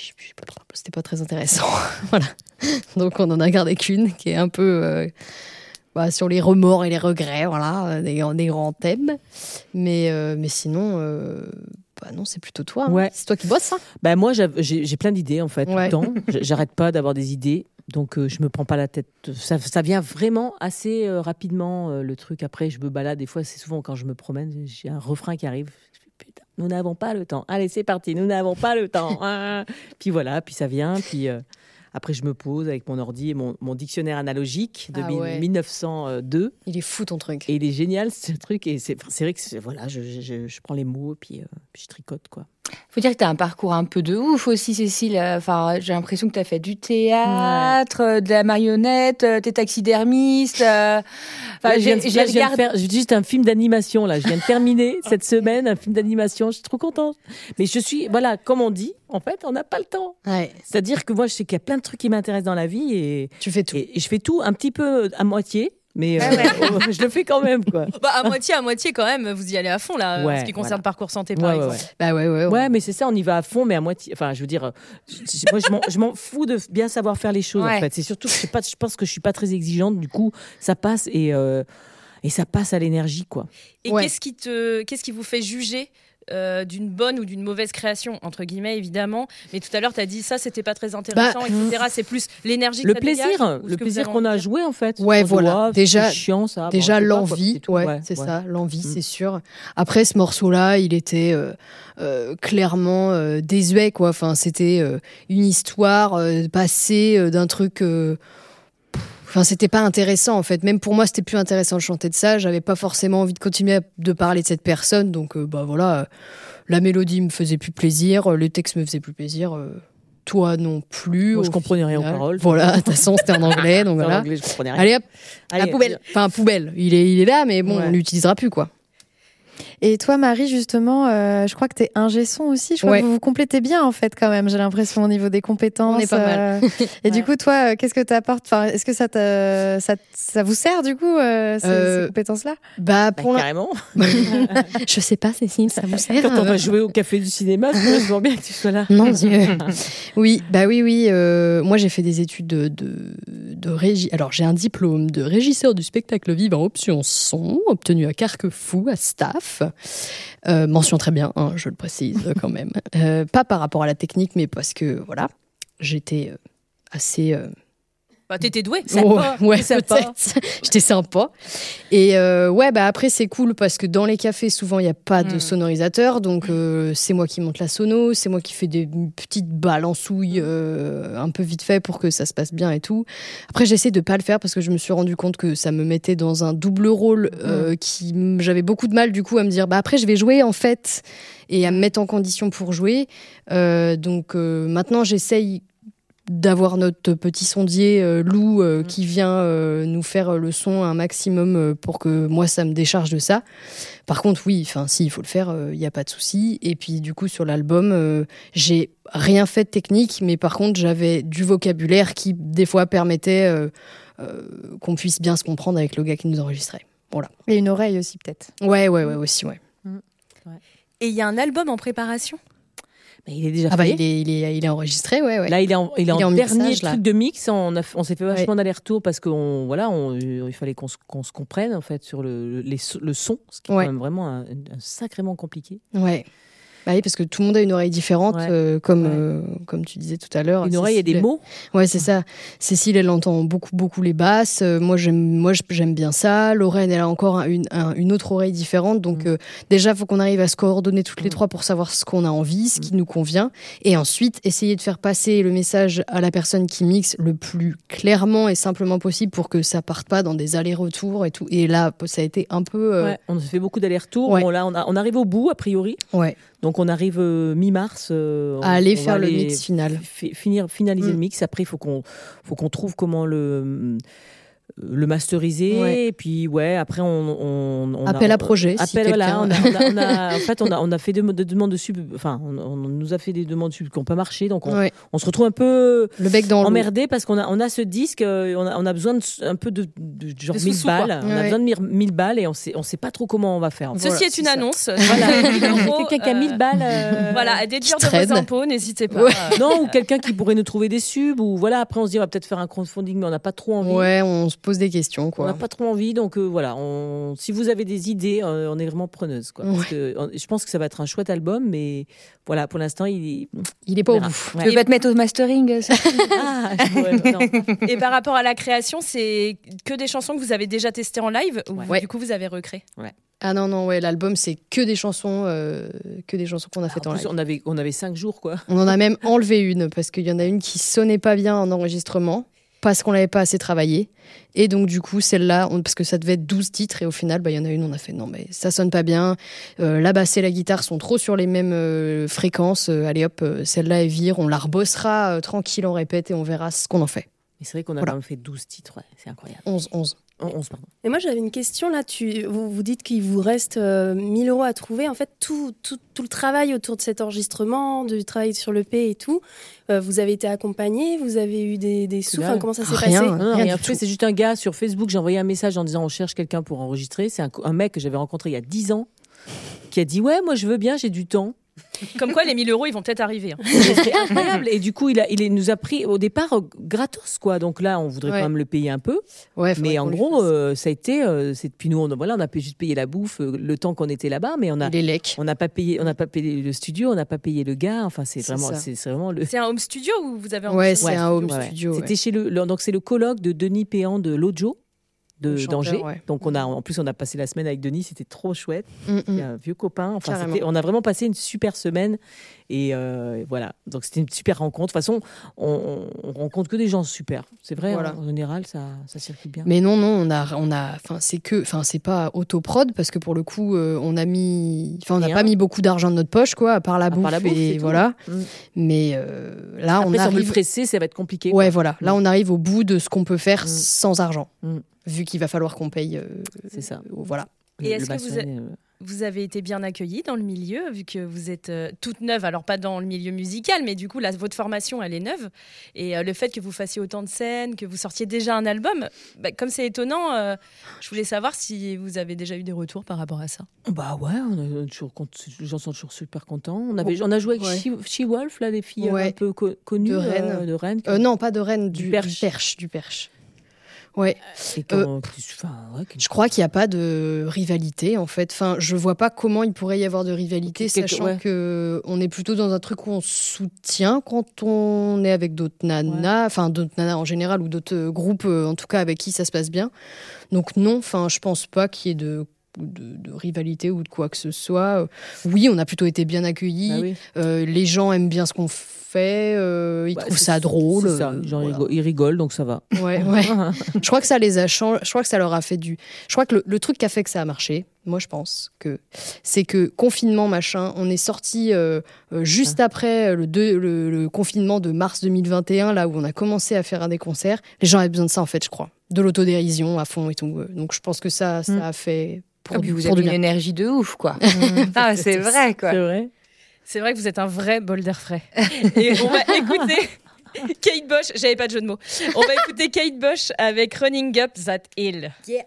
c'était pas très intéressant. Voilà. Donc, on en a gardé qu'une, qui est un peu euh, bah, sur les remords et les regrets. Voilà, des, des grands thèmes. Mais, euh, mais sinon... Euh... Bah non, c'est plutôt toi. Hein. Ouais. C'est toi qui bosses, ça. Bah moi, j'ai, j'ai plein d'idées, en fait, ouais. tout le temps. J'arrête pas d'avoir des idées. Donc, euh, je me prends pas la tête. Ça, ça vient vraiment assez euh, rapidement, euh, le truc. Après, je me balade. Des fois, c'est souvent quand je me promène, j'ai un refrain qui arrive. Je fais, putain, nous n'avons pas le temps. Allez, c'est parti. Nous n'avons pas le temps. Puis voilà, puis ça vient. Puis euh, après, je me pose avec mon ordi et mon, mon dictionnaire analogique de ah ouais. mille neuf cent deux. Il est fou, ton truc. Et il est génial, ce truc. Et c'est, c'est vrai que c'est, voilà, je, je, je prends les mots et puis, euh, puis je tricote, quoi. Faut dire que tu as un parcours un peu de ouf aussi, Cécile. Enfin, j'ai l'impression que tu as fait du théâtre, ouais. de la marionnette, tu es taxidermiste. Euh... Enfin, là, j'ai, j'ai, j'ai là, je viens regardé... de faire juste un film d'animation. Là, je viens de terminer cette semaine un film d'animation. Je suis trop contente. Mais je suis, voilà, comme on dit, en fait, on n'a pas le temps. Ouais. C'est-à-dire que moi, je sais qu'il y a plein de trucs qui m'intéressent dans la vie et tu fais tout. Et, et je fais tout un petit peu à moitié. Mais euh, ouais. je le fais quand même, quoi. Bah, à moitié, à moitié quand même, vous y allez à fond, là, ouais, en ce qui concerne voilà. Parcours Santé, par ouais, exemple. Ouais, ouais. Bah ouais, ouais, ouais. Ouais, mais c'est ça, on y va à fond, mais à moitié. Enfin, je veux dire, je, moi, je m'en, je m'en fous de bien savoir faire les choses, ouais. en fait. C'est surtout que je, sais pas, je pense que je suis pas très exigeante, du coup, ça passe et, euh, et ça passe à l'énergie, quoi. Et ouais. qu'est-ce qui te, qu'est-ce qui vous fait juger Euh, d'une bonne ou d'une mauvaise création, entre guillemets, évidemment. Mais tout à l'heure, tu as dit ça, c'était pas très intéressant, bah, et cetera. C'est plus l'énergie que le ça plaisir, dégage, le plaisir qu'on a à jouer, en fait. Ouais, voilà. Doit, déjà, c'est chiant, ça. déjà bon, l'envie, pas, ouais, ouais, c'est ouais. ça, l'envie, mmh. c'est sûr. Après, ce morceau-là, il était euh, euh, clairement euh, désuet, quoi. Enfin, c'était euh, une histoire euh, passée euh, d'un truc. Euh, Enfin, c'était pas intéressant en fait. Même pour moi, c'était plus intéressant de chanter de ça. J'avais pas forcément envie de continuer à, de parler de cette personne. Donc, euh, bah voilà, euh, la mélodie me faisait plus plaisir, euh, les textes me faisaient plus plaisir. Euh, toi non plus. Moi, je comprenais rien aux paroles. Voilà, de toute façon, c'était en anglais, donc voilà. En anglais, je comprenais rien. Allez hop, Allez, à poubelle. Enfin, poubelle. Il est, il est là, mais bon, ouais. on l'utilisera plus, quoi. Et toi, Marie, justement, euh, je crois que tu es ingé son aussi. Je crois ouais. que vous vous complétez bien, en fait, quand même. J'ai l'impression au niveau des compétences. On est pas mal. Euh... Et ouais. du coup, toi, euh, qu'est-ce que tu apportes enfin, est-ce que ça, te... ça, ça vous sert, du coup, euh, ces, euh... ces compétences-là Bah, pour bah, carrément. Je sais pas, Cécile, ça vous sert. Quand on va jouer au café du cinéma, je vois bien que tu sois là. Non, Dieu. Oui, bah oui, oui. Euh, moi, j'ai fait des études de, de, de régie. Alors, j'ai un diplôme de régisseur du spectacle vivant option son, obtenu à Carquefou, à Staff. Euh, mention très bien, hein, je le précise quand même. Euh, pas par rapport à la technique, mais parce que voilà, j'étais euh, assez. Euh... Bah, t'étais douée. Oh, ouais, peut-être. J'étais sympa. Et euh, ouais, bah après c'est cool parce que dans les cafés souvent il y a pas de mmh. sonorisateur, donc euh, c'est moi qui monte la sono, c'est moi qui fais des petites balancouilles euh, un peu vite fait pour que ça se passe bien et tout. Après j'essaie de pas le faire parce que je me suis rendu compte que ça me mettait dans un double rôle euh, mmh. qui j'avais beaucoup de mal du coup à me dire bah après je vais jouer en fait et à me mettre en condition pour jouer. Euh, donc euh, maintenant j'essaye d'avoir notre petit sondier euh, Lou euh, mmh. qui vient euh, nous faire le son un maximum euh, pour que moi ça me décharge de ça. Par contre oui, enfin si il faut le faire, il euh, y a pas de souci. Et puis du coup sur l'album, euh, j'ai rien fait de technique, mais par contre j'avais du vocabulaire qui des fois permettait euh, euh, qu'on puisse bien se comprendre avec le gars qui nous enregistrait. Voilà. Et une oreille aussi peut-être. Ouais ouais ouais aussi ouais. Mmh. ouais. Et il y a un album en préparation. Il est déjà ah bah, fait. il, est, il, est, il est enregistré, ouais, ouais. Là, il est en, il est il en, en dernier mixage, truc là. de mix. On, a, on s'est fait vachement ouais. d'aller-retour parce qu'on, voilà, on, il fallait qu'on se, qu'on se comprenne en fait sur le, les, le son, ce qui est ouais. quand même vraiment un, un sacrément compliqué. Ouais. Bah oui, parce que tout le monde a une oreille différente, ouais. euh, comme, ouais. euh, comme tu disais tout à l'heure. Une Cécile, oreille et des mots. Ouais, c'est ça. Cécile, elle entend beaucoup, beaucoup les basses. Euh, moi, j'aime, moi, j'aime bien ça. Lorraine, elle a encore un, une, un, une autre oreille différente. Donc, mmh. euh, déjà, il faut qu'on arrive à se coordonner toutes les mmh. trois pour savoir ce qu'on a envie, ce qui mmh. nous convient. Et ensuite, essayer de faire passer le message à la personne qui mixe le plus clairement et simplement possible pour que ça parte pas dans des allers-retours et tout. Et là, ça a été un peu... Euh... Ouais, on a fait beaucoup d'allers-retours. Ouais. Bon, là, on, a, on arrive au bout, a priori. Ouais. Donc on arrive euh, mi-mars. Euh, à aller on faire va le aller mix final. fi- finir, finaliser Mm. le mix. Après, il faut qu'on, faut qu'on trouve comment le le masteriser. Ouais. Et puis ouais, après on, on, on Appel a, à projet, si Appel, voilà, on a, quelqu'un- on a- on a- en fait, on a, on a fait des, des demandes de sub. Enfin, on, on nous a fait des demandes de sub qui n'ont pas marché. Donc on, Ouais. on se retrouve un peu Le bec dans l'eau. emmerdé parce qu'on a, on a ce disque. euh, On a, on a besoin de, un peu de, de genre De mille sous-sous, quoi. balles. On a Ouais. besoin de mille- mille balles et on sait, on sait pas trop comment on va faire. Ceci Voilà, est c'est une ça. annonce. Voilà. mille euros, Quelqu'un qui a euh, mille balles. euh, Voilà, à déduire Qui de vos traîne. impôts, n'hésitez pas. Ouais. Euh, Non, ou quelqu'un qui pourrait nous trouver des subs, ou voilà, après on se dit on va peut-être faire un crowdfunding, mais on n'a pas trop envie. Ouais, on se pose des questions, On n'a quoi. pas trop envie, donc euh, voilà. On... Si vous avez des idées, euh, on est vraiment preneuse. Quoi, parce Ouais. que, on- je pense que ça va être un chouette album, mais voilà, pour l'instant, il est. Il est pas au Verra. bout. Ouais. Tu veux pas te mettre au mastering ça Ah, je pourrais- non. Et par rapport à la création, c'est que des chansons que vous avez déjà testées en live ou Ouais. du coup vous avez recréé? Ah non, non, ouais, l'album, c'est que des chansons, euh, que des chansons qu'on a faites En en plus, live. on avait, on avait cinq jours, quoi. On en a même enlevé une parce qu'il y en a une qui sonnait pas bien en enregistrement parce qu'on l'avait pas assez travaillé. Et donc, du coup, celle-là, on- parce que ça devait être douze titres et au final, bah, il y en a une, on a fait non, mais ça sonne pas bien. Euh, la basse et la guitare sont trop sur les mêmes euh, fréquences. Euh, allez hop, euh, celle-là, elle vire. On la rebossera euh, tranquille, on répète et on verra ce qu'on en fait. Mais c'est vrai qu'on a Voilà. quand même fait douze titres, ouais, c'est incroyable. onze, onze. Oh, onze, pardon. Et moi, j'avais une question là. Tu, vous, vous dites qu'il vous reste euh, mille euros à trouver. En fait, tout, tout, tout le travail autour de cet enregistrement, du travail sur le P et tout, euh, vous avez été accompagné, vous avez eu des, des sous. Enfin, comment ça s'est Rien. passé Non, non, Rien rien du fait, tout. c'est juste un gars sur Facebook. J'ai envoyé un message en disant on cherche quelqu'un pour enregistrer. C'est un, co- un mec que j'avais rencontré il y a dix ans qui a dit ouais, moi je veux bien, j'ai du temps. Comme quoi, les mille euros, ils vont peut-être arriver. hein. C'est incroyable. Et du coup, il, a, il nous a pris au départ euh, gratos, quoi. Donc là, on voudrait Ouais. quand même le payer un peu. Ouais, faudrait Mais qu'on en lui gros, fasse. euh, ça a été. euh, c'est depuis nous, on, voilà, on a payé- juste payé la bouffe euh, le temps qu'on était là-bas, mais on a, les lecs. on n'a pas payé, on n'a pas payé le studio, on n'a pas payé le gars. Enfin, c'est C'est vraiment, ça. c'est c'est vraiment le. C'est un home studio ou vous avez Ouais, enregistré c'est un home Ouais, ouais. studio. ouais. C'était chez le, le- donc c'est le colloque de Denis Péan de Lojo. De Le chanteur, d'Angers. ouais. Donc on a, en plus on a passé la semaine avec Denis, c'était trop chouette. Mm, Il y mm. a un vieux copain. Enfin, Carrément. c'était- on a vraiment passé une super semaine et euh, voilà. Donc c'était une super rencontre. De toute façon, on, on rencontre que des gens super. C'est vrai. Voilà. hein, en général, ça, ça circule bien. Mais non, non, on a, on a, enfin, c'est que, enfin, c'est pas autoprod parce que pour le coup, euh, on a mis, enfin, on n'a Rien. pas mis beaucoup d'argent de notre poche, quoi, à part la À bouffe, part la bouffe, et c'est tout. voilà. Mm. Mais euh, là, Après, on si on veut le arrive. presser, ça va être compliqué. Ouais, quoi. voilà. Là, on arrive au bout de ce qu'on peut faire Mm. sans argent, Mm. vu qu'il va falloir qu'on paye. euh, C'est ça. Voilà. Et Le- est-ce le que vous maçonnet, a- euh, Vous avez été bien accueillis dans le milieu, vu que vous êtes euh, toute neuve, alors pas dans le milieu musical, mais du coup, là, votre formation, elle est neuve. Et euh, le fait que vous fassiez autant de scènes, que vous sortiez déjà un album, bah, comme c'est étonnant, euh, je voulais savoir si vous avez déjà eu des retours par rapport à ça. Bah ouais, on a toujours, cont- les gens sont toujours super contents. On, avait, on a joué avec Ouais. She, She-Wolf, là, des filles euh, Ouais. un peu co- connues De euh, Rennes. de Rennes. Euh, non, pas de Rennes, du, Du du Perche. perche. Du perche. Ouais. Et quand- enfin, ouais, qui- Je crois qu'il n'y a pas de rivalité en fait. Enfin, je vois pas comment il pourrait y avoir de rivalité, Quelque- sachant ouais. que on est plutôt dans un truc où on se soutient quand on est avec d'autres nanas, enfin d'autres nanas en général ou d'autres euh, groupes, euh, en tout cas avec qui ça se passe bien. Donc non, enfin, je pense pas qu'il y ait de De, de rivalité ou de quoi que ce soit. Euh, Oui, on a plutôt été bien accueillis. Bah oui. Euh, les gens aiment bien ce qu'on fait. euh, ils Bah, trouvent c'est- ça drôle. c'est ça. euh, Les gens voilà. rigolent- ils rigolent, donc ça va. Ouais, ouais. Je crois que ça les a changés. Je crois que ça leur a fait du. Je crois que le, le truc qui a fait que ça a marché, moi je pense que c'est que confinement machin, on est sorti euh, euh, juste après le, deux- le, le confinement de mars deux mille vingt et un, là où on a commencé à faire des concerts. Les gens avaient besoin de ça en fait, je crois, de l'autodérision à fond et tout. Donc je pense que ça, ça Mm. a fait. Pour, Ah, puis vous pour avez du une bien. énergie de ouf, quoi. Ah, c'est vrai, quoi. C'est vrai. C'est vrai que vous êtes un vrai bol d'air frais. Et on va écouter Kate Bush. J'avais pas de jeu de mots. On va écouter Kate Bush avec Running Up That Hill. Yeah.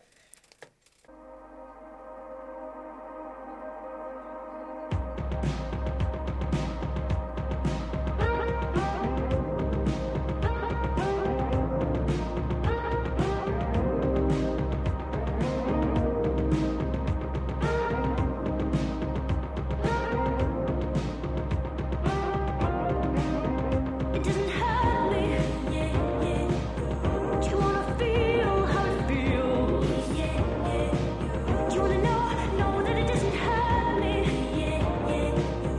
It doesn't hurt me. Yeah, yeah. Do you wanna feel how it feels? Yeah, yeah. Do you wanna know, know that it doesn't hurt me? Yeah, yeah.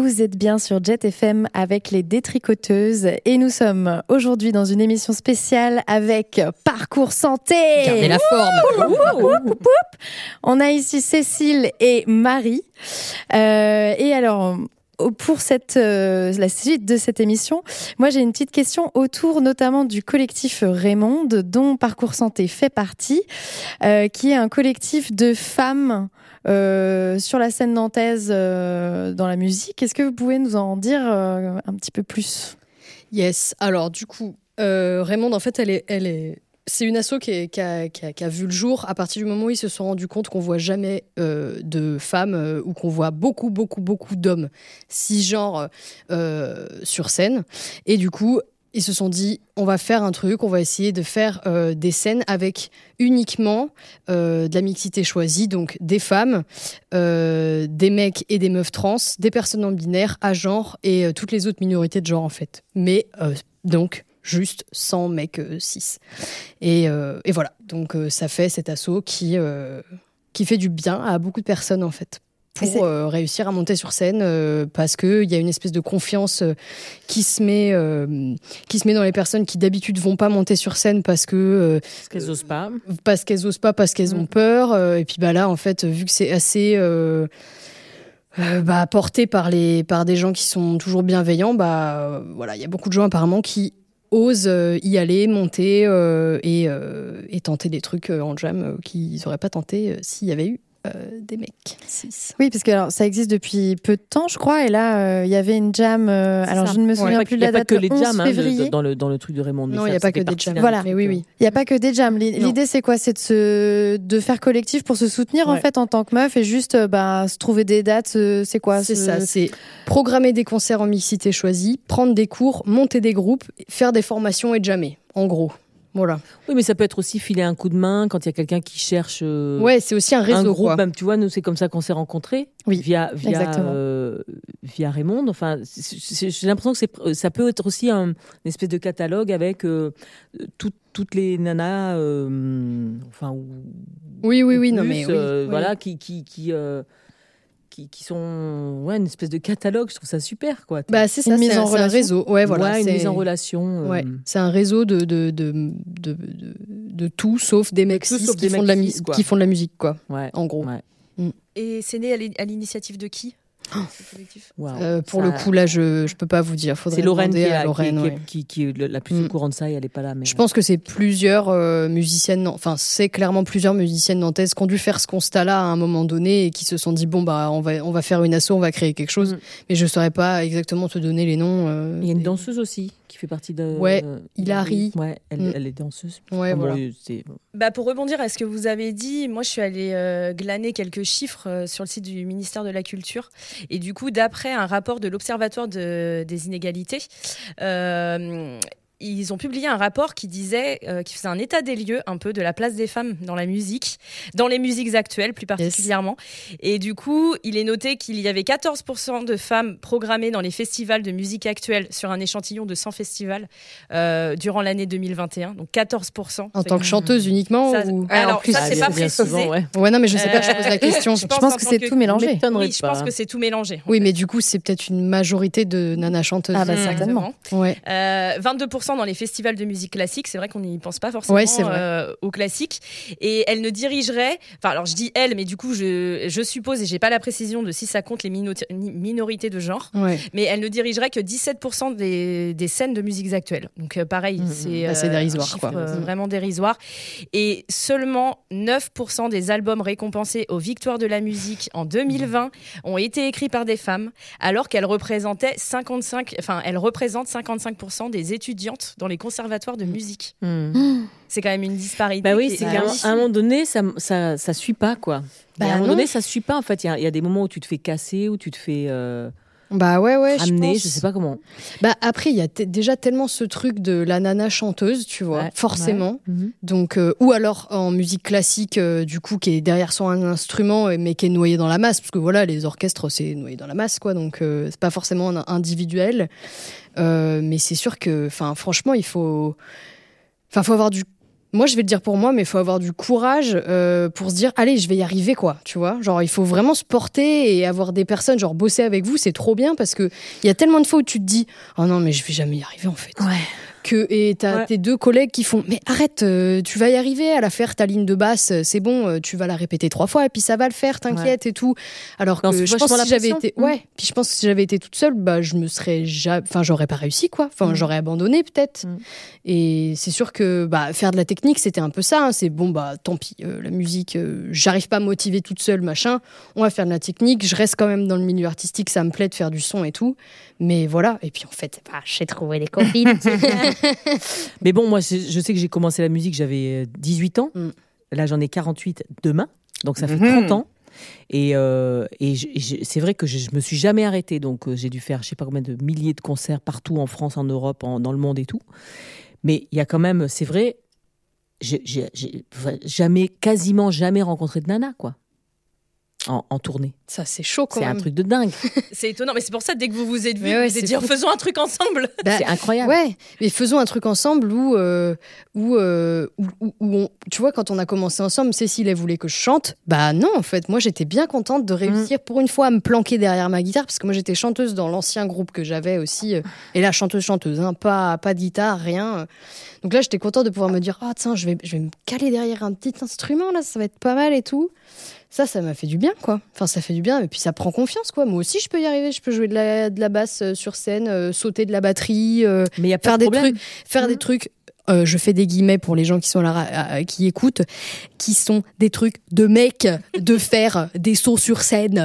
Vous êtes bien sur Jet F M avec les Détricoteuses et nous sommes aujourd'hui dans une émission spéciale avec Parcours Santé. Gardez la forme. Oup, oup, oup, oup. On a ici Cécile et Marie. Euh, et alors, pour cette, euh, la suite de cette émission, moi j'ai une petite question autour notamment du collectif Raymond, dont Parcours Santé fait partie, euh, qui est un collectif de femmes euh, sur la scène nantaise euh, dans la musique. Est-ce que vous pouvez nous en dire euh, un petit peu plus ? Yes. Alors du coup, euh, Raymond, en fait, elle est, elle est, c'est une asso qui, est, qui, a, qui, a, qui a vu le jour à partir du moment où ils se sont rendus compte qu'on voit jamais euh, de femmes euh, ou qu'on voit beaucoup, beaucoup, beaucoup d'hommes cisgenres euh, sur scène. Et du coup, ils se sont dit, on va faire un truc, on va essayer de faire euh, des scènes avec uniquement euh, de la mixité choisie, donc des femmes, euh, des mecs et des meufs trans, des personnes non binaires, à genre et euh, toutes les autres minorités de genre en fait. Mais euh, donc juste sans mecs euh, cis. Et, euh, et voilà, donc euh, ça fait cet assaut qui, euh, qui fait du bien à beaucoup de personnes en fait. Pour euh, réussir à monter sur scène euh, parce qu'il y a une espèce de confiance euh, qui, se met, euh, qui se met dans les personnes qui d'habitude vont pas monter sur scène parce que euh, parce qu'elles osent pas parce qu'elles osent pas parce qu'elles mmh. ont peur euh, et puis bah là en fait vu que c'est assez euh, euh, bah, porté par, les, par des gens qui sont toujours bienveillants, bah euh, voilà, il y a beaucoup de gens apparemment qui osent euh, y aller, monter euh, et, euh, et tenter des trucs euh, en jam euh, qu'ils n'auraient pas tenté euh, s'il y avait eu Euh, des mecs cis. Oui, parce que alors, ça existe depuis peu de temps, je crois, et là, il euh, y avait une jam. Euh, alors, ça. je ne me souviens ouais, plus de la date. Il n'y a pas que les jams février. hein, dans, le, dans le truc de Raymond. Non, il n'y a pas que des jams. Voilà. Mais oui, oui. Il n'y a pas que des jams. L'idée, c'est quoi ? C'est de, se... de faire collectif pour se soutenir, ouais. en fait, en tant que meuf, et juste bah, se trouver des dates. C'est quoi ? C'est ce... ça, c'est programmer des concerts en mixité choisie, prendre des cours, monter des groupes, faire des formations et jammer, en gros. Voilà. Oui, mais ça peut être aussi filer un coup de main quand il y a quelqu'un qui cherche. Euh, ouais, c'est aussi un réseau. Un groupe, quoi. Même, tu vois, nous, c'est comme ça qu'on s'est rencontrés. Oui, via via euh, via Raymond. Enfin, c'est, c'est, j'ai l'impression que c'est, ça peut être aussi un, une espèce de catalogue avec euh, tout, toutes les nanas. Euh, enfin, ou, oui, oui, oui, plus, non mais oui, euh, oui. voilà, qui qui qui. Euh, Qui, qui sont ouais une espèce de catalogue, je trouve ça super quoi. Bah c'est ça, une c'est mise un, en c'est un réseau, ouais voilà, ouais, une c'est... mise en relation. Euh... Ouais, c'est un réseau de de de de, de, de tout sauf des mecs cis qui font de la musique, qui font de la musique quoi. Ouais, en gros. Ouais. Mm. Et c'est né à l'initiative de qui ? Wow. Euh, pour ça... le coup, là, je je peux pas vous dire. Faudrait c'est Lorraine, qui, à a, Lorraine qui, ouais. qui, qui, qui est la plus mm. au courant de ça et elle est pas là. Mais... Je pense que c'est plusieurs euh, musiciennes, enfin c'est clairement plusieurs musiciennes nantaises qui ont dû faire ce constat-là à un moment donné et qui se sont dit bon bah on va on va faire une asso, on va créer quelque chose. Mm. Mais je saurais pas exactement te donner les noms. Euh, Il y a une des... danseuse aussi qui fait partie de. Ouais, euh, Hilary. Ouais, elle, mm. elle est danseuse. Ouais, enfin, voilà. bon, c'est... Bah pour rebondir à ce que vous avez dit, moi je suis allée euh, glaner quelques chiffres euh, sur le site du ministère de la Culture et du coup d'après un rapport de l'Observatoire de, des inégalités, euh, ils ont publié un rapport qui disait, euh, qui faisait un état des lieux un peu de la place des femmes dans la musique, dans les musiques actuelles plus particulièrement. Yes. Et du coup, il est noté qu'il y avait quatorze pour cent de femmes programmées dans les festivals de musique actuelle sur un échantillon de cent festivals euh, durant l'année deux mille vingt et un. Donc quatorze pour cent. En tant que chanteuse uniquement ça, ou... Alors, alors plus, ça, c'est pas précisé. Souvent, ouais. ouais, non, mais je sais pas, je pose la question. Je je pense, pense que c'est que... tout mélangé. Oui, je pense que c'est tout mélangé. Oui, mais du coup, c'est peut-être une majorité de nanas chanteuses. Ah bah certainement. Ouais. Euh, vingt-deux pour cent dans les festivals de musique classique, c'est vrai qu'on n'y pense pas forcément ouais, c'est vrai. Euh, au classique. Et elle ne dirigerait, enfin alors je dis elle, mais du coup je, je suppose, et j'ai pas la précision de si ça compte les mino- minorités de genre, ouais. mais elle ne dirigerait que dix-sept pour cent des, des scènes de musiques actuelles. Donc euh, pareil, mmh, c'est, bah, c'est dérisoire, un chiffre, quoi. Euh, vraiment dérisoire. Et seulement neuf pour cent des albums récompensés aux Victoires de la musique en deux mille vingt ont été écrits par des femmes, alors qu'elles représentaient cinquante-cinq, enfin elles représentent cinquante-cinq pour cent des étudiantes dans les conservatoires de musique. Mmh. C'est quand même une disparité. Bah oui, c'est bah, qu'à un, à un moment donné, ça, ça, ça suit pas, quoi. Bah à un moment non. donné, ça suit pas, en fait. Il y, y a des moments où tu te fais casser, où tu te fais... Euh... Bah ouais, ouais, amener, je, pense... je sais pas comment. Bah après, il y a t- déjà tellement ce truc de la nana chanteuse, tu vois, ouais, forcément. Ouais. Mm-hmm. Donc, euh, ou alors en musique classique, euh, du coup, qui est derrière son instrument, mais qui est noyé dans la masse, parce que voilà, les orchestres, c'est noyé dans la masse, quoi. Donc, euh, c'est pas forcément individuel. Euh, mais c'est sûr que, enfin, franchement, il faut, enfin, faut avoir du Moi, je vais le dire pour moi, mais il faut avoir du courage euh, pour se dire, allez, je vais y arriver, quoi. Tu vois, genre, il faut vraiment se porter et avoir des personnes, genre, bosser avec vous, c'est trop bien parce que il y a tellement de fois où tu te dis, oh non, mais je vais jamais y arriver, en fait. Ouais. Que, et t'as Ouais. tes deux collègues qui font, mais arrête, euh, tu vas y arriver à la faire, ta ligne de basse, euh, c'est bon, euh, tu vas la répéter trois fois et puis ça va le faire, t'inquiète et tout. Alors Non, que c'est je pense vachement que la si j'avais pression. été, Mm. ouais, puis je pense que si j'avais été toute seule, bah, je me serais jamais, enfin, j'aurais pas réussi, quoi. Enfin, Mm. j'aurais abandonné peut-être. Mm. Et c'est sûr que, bah, faire de la technique, c'était un peu ça, hein. C'est bon, bah, tant pis, euh, la musique, euh, j'arrive pas à me motiver toute seule, machin. On va faire de la technique, je reste quand même dans le milieu artistique, ça me plaît de faire du son et tout. Mais voilà. Et puis, en fait, bah, j'ai trouvé des copines. Mais bon, moi, je, je sais que j'ai commencé la musique, j'avais euh, dix-huit ans. Mm. Là, j'en ai quarante-huit demain. Donc, ça fait Mhm. trente ans. Et, euh, et je- je- c'est vrai que je, je me suis jamais arrêtée. Donc, euh, j'ai dû faire, je sais pas combien de milliers de concerts partout en France, en Europe, en- dans le monde et tout. Mais il y a quand même, c'est vrai, j'ai j'ai- j'ai enfin, jamais, quasiment jamais rencontré de nana, quoi. En, en tournée. Ça, c'est chaud quand C'est un même. truc de dingue. C'est étonnant, mais c'est pour ça, dès que vous vous êtes vus, Mais ouais, vous c'est êtes dit, fou. faisons un truc ensemble. Bah, C'est incroyable. Ouais, mais faisons un truc ensemble où, euh, où, euh, où, où- où on, tu vois, quand on a commencé ensemble, Cécile, elle voulait que je chante. Bah non, en fait, moi, j'étais bien contente de réussir pour une fois à me planquer derrière ma guitare, parce que moi, j'étais chanteuse dans l'ancien groupe que j'avais aussi. euh, et là, chanteuse-chanteuse, hein, pas, pas de guitare, rien. Donc là, j'étais contente de pouvoir me dire, ah tiens, je vais, je vais me caler derrière un petit instrument, là, ça va être pas mal et tout. Ça, ça m'a fait du bien, quoi. Enfin, ça fait du bien, et puis ça prend confiance, quoi. Moi aussi, je peux y arriver. Je peux jouer de la, de la basse euh, sur scène, euh, sauter de la batterie, euh, Mais il y a pas faire de des problème. trucs, faire des trucs. euh, je fais des guillemets pour les gens qui sont là, euh, qui écoutent, qui sont des trucs de mecs, de faire des sauts sur scène.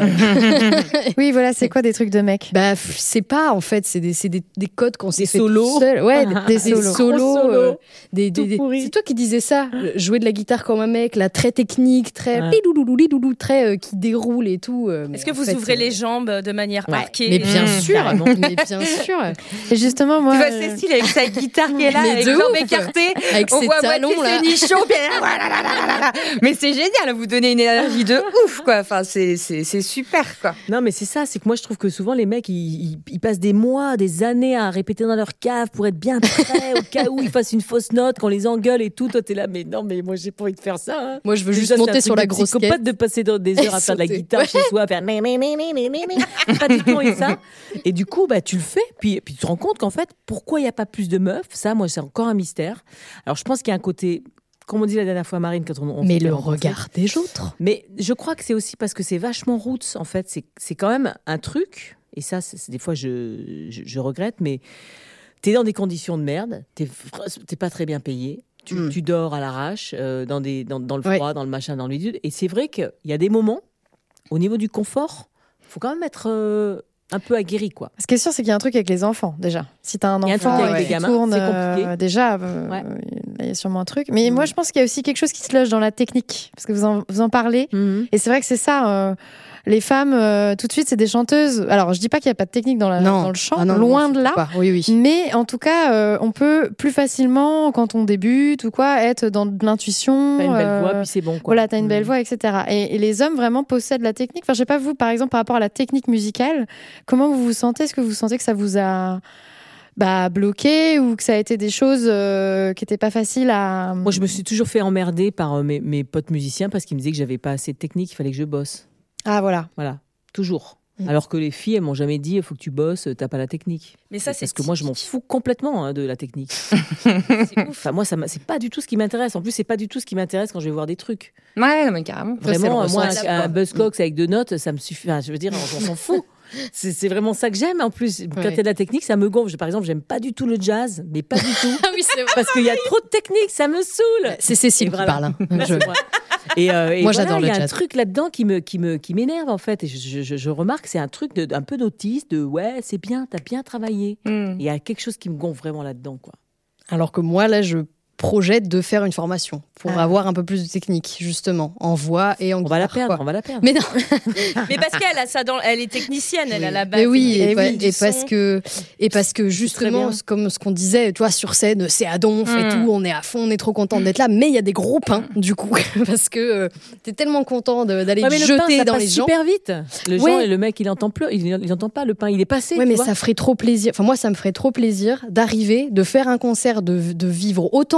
Oui, voilà, c'est quoi des trucs de mec? Bah, f- c'est pas en fait, c'est des, c'est des, des codes qu'on s'est Des fait solos. tout seul. Ouais, des, Des des solos. solos. Gros solos. euh, des, des- Tout des- pourri. c'est toi qui disais ça, euh, jouer de la guitare comme un mec, là, très technique, très Ouais. pilouloulou, liloulou, très euh, qui déroule et tout. euh, mais Est-ce que en vous fait, ouvrez euh, les jambes de manière ouais, marquée Mais bien Mmh, sûr, carrément. mais bien sûr. Et justement, moi. Tu vois euh, Cécile avec sa guitare qui est là, Mais avec de les jambes ouf. écartées. Avec On ses voit à talons, moitié là. ses nichons, puis elle est là, voilà, là, là, là, là. Mais c'est génial, vous donnez une énergie de ouf, quoi. Enfin, c'est, c'est, c'est super, quoi. Non, mais c'est ça, c'est que moi je trouve que souvent les mecs ils, ils- ils passent des mois, des années à répéter dans leur cave pour être bien prêts au cas où ils fassent une fausse note, qu'on les engueule et tout. Toi t'es là, mais non, mais moi j'ai pas envie de faire ça. hein. Moi, je veux Déjà, juste c'est un monter truc sur de la grosse psychopathe caisse. de passer dans des heures à faire de la Sauter. guitare chez soi, à faire né, né, né, né, né, né, né. Pas du tout et ça. Et du coup, bah tu le fais, puis, puis tu te rends compte qu'en fait, pourquoi il n'y a pas plus de meufs, ça, moi c'est encore un mystère. Alors je pense qu'il y a un côté. Comme on dit la dernière fois, Marine, quand on. on Mais s'était le rencontrés. regard des autres. Mais je crois que c'est aussi parce que c'est vachement roots, en fait. C'est, c'est quand même un truc, et ça, c'est, c'est des fois, je, je, je regrette, mais t'es dans des conditions de merde, t'es, fr- t'es pas très bien payé, tu, Mm. tu dors à l'arrache, euh, dans, des, dans, dans le Ouais. froid, dans le machin, dans l'humide. Et c'est vrai qu'il y a des moments, au niveau du confort, faut quand même être euh, un peu aguerri, quoi. Ce qui est sûr, c'est qu'il y a un truc avec les enfants, déjà. Si t'as un Il y a un enfant truc avec euh, les qui gamins, tourne, c'est compliqué. euh, déjà, euh, Ouais. il y a sûrement un truc. Mais Mm. moi, je pense qu'il y a aussi quelque chose qui se loge dans la technique. Parce que vous en, vous en parlez. Mhm. Et c'est vrai que c'est ça. euh, les femmes, euh, tout de suite, c'est des chanteuses. Alors, je dis pas qu'il n'y a pas de technique dans, la, Non. dans le chant, Ah non, loin non, de là. surtout pas. Oui, oui. Mais en tout cas, euh, on peut plus facilement, quand on débute ou quoi, être dans de l'intuition. T'as une belle euh, voix, puis c'est bon, quoi. Voilà, t'as une belle Mhm. voix, et cetera. Et, et les hommes vraiment possèdent la technique. Enfin, je sais pas vous, par exemple, par rapport à la technique musicale, comment vous vous sentez? Est-ce que vous sentez que ça vous a bah, bloqué ou que ça a été des choses euh, qui n'étaient pas faciles à. Moi, je me suis toujours fait emmerder par euh, mes, mes potes musiciens parce qu'ils me disaient que j'avais pas assez de technique, il fallait que je bosse. Ah, voilà. Voilà, toujours. Mm. Alors que les filles, elles m'ont jamais dit il faut que tu bosses, t'as pas la technique. Mais ça, c'est Parce que moi, je m'en fous complètement hein, de la technique. C'est ouf. Enfin, moi, ça m'a- c'est pas du tout ce qui m'intéresse. En plus, c'est pas du tout ce qui m'intéresse quand je vais voir des trucs. Ouais, non, mais carrément. Ça, c'est Vraiment, le moi, ressenti, un, quoi. un Buzzcocks avec deux notes, ça me suffit. Enfin, je veux dire, on, on s'en fout. C'est c'est vraiment ça que j'aime. En plus, quand il y a de la technique, ça me gonfle. Je- Par exemple, j'aime pas du tout le jazz, mais pas du tout. Ah oui, c'est vrai. Parce qu'il y a trop de technique, ça me saoule. C'est Cécile Et qui voilà. parle. hein. Là, Je- c'est moi. Et, euh, et Moi, voilà, j'adore le Il y a un jazz. truc là-dedans qui me, qui me, qui m'énerve en fait. Et je, je- je- je remarque que c'est un truc de, un peu d'autiste, de ouais, c'est bien, t'as bien travaillé. Mm. Il y a quelque chose qui me gonfle vraiment là-dedans, quoi. Alors que moi, là, je projette de faire une formation pour Ah. avoir un peu plus de technique, justement, en voix et en On va la guitare, perdre, quoi. on va la perdre. Mais non, Mais parce qu'elle a ça dans, elle est technicienne, elle a la base. mais oui, et, elle pa- fait du et parce son. que et parce que très justement, bien. c'est comme ce qu'on disait, tu vois, sur scène, c'est à donf et Mm. tout, on est à fond, on est trop content d'être là, mais il y a des gros pains du coup, parce que euh, t'es tellement content de- d'aller Ouais, mais te le pain, jeter ça dans passe les gens. super vite. Le, Ouais. gens, et le mec, il entend plus, il, il entend pas le pain, il est passé. Ouais, tu mais vois. ça ferait trop plaisir. Enfin, moi, ça me ferait trop plaisir d'arriver, de faire un concert, de, de vivre autant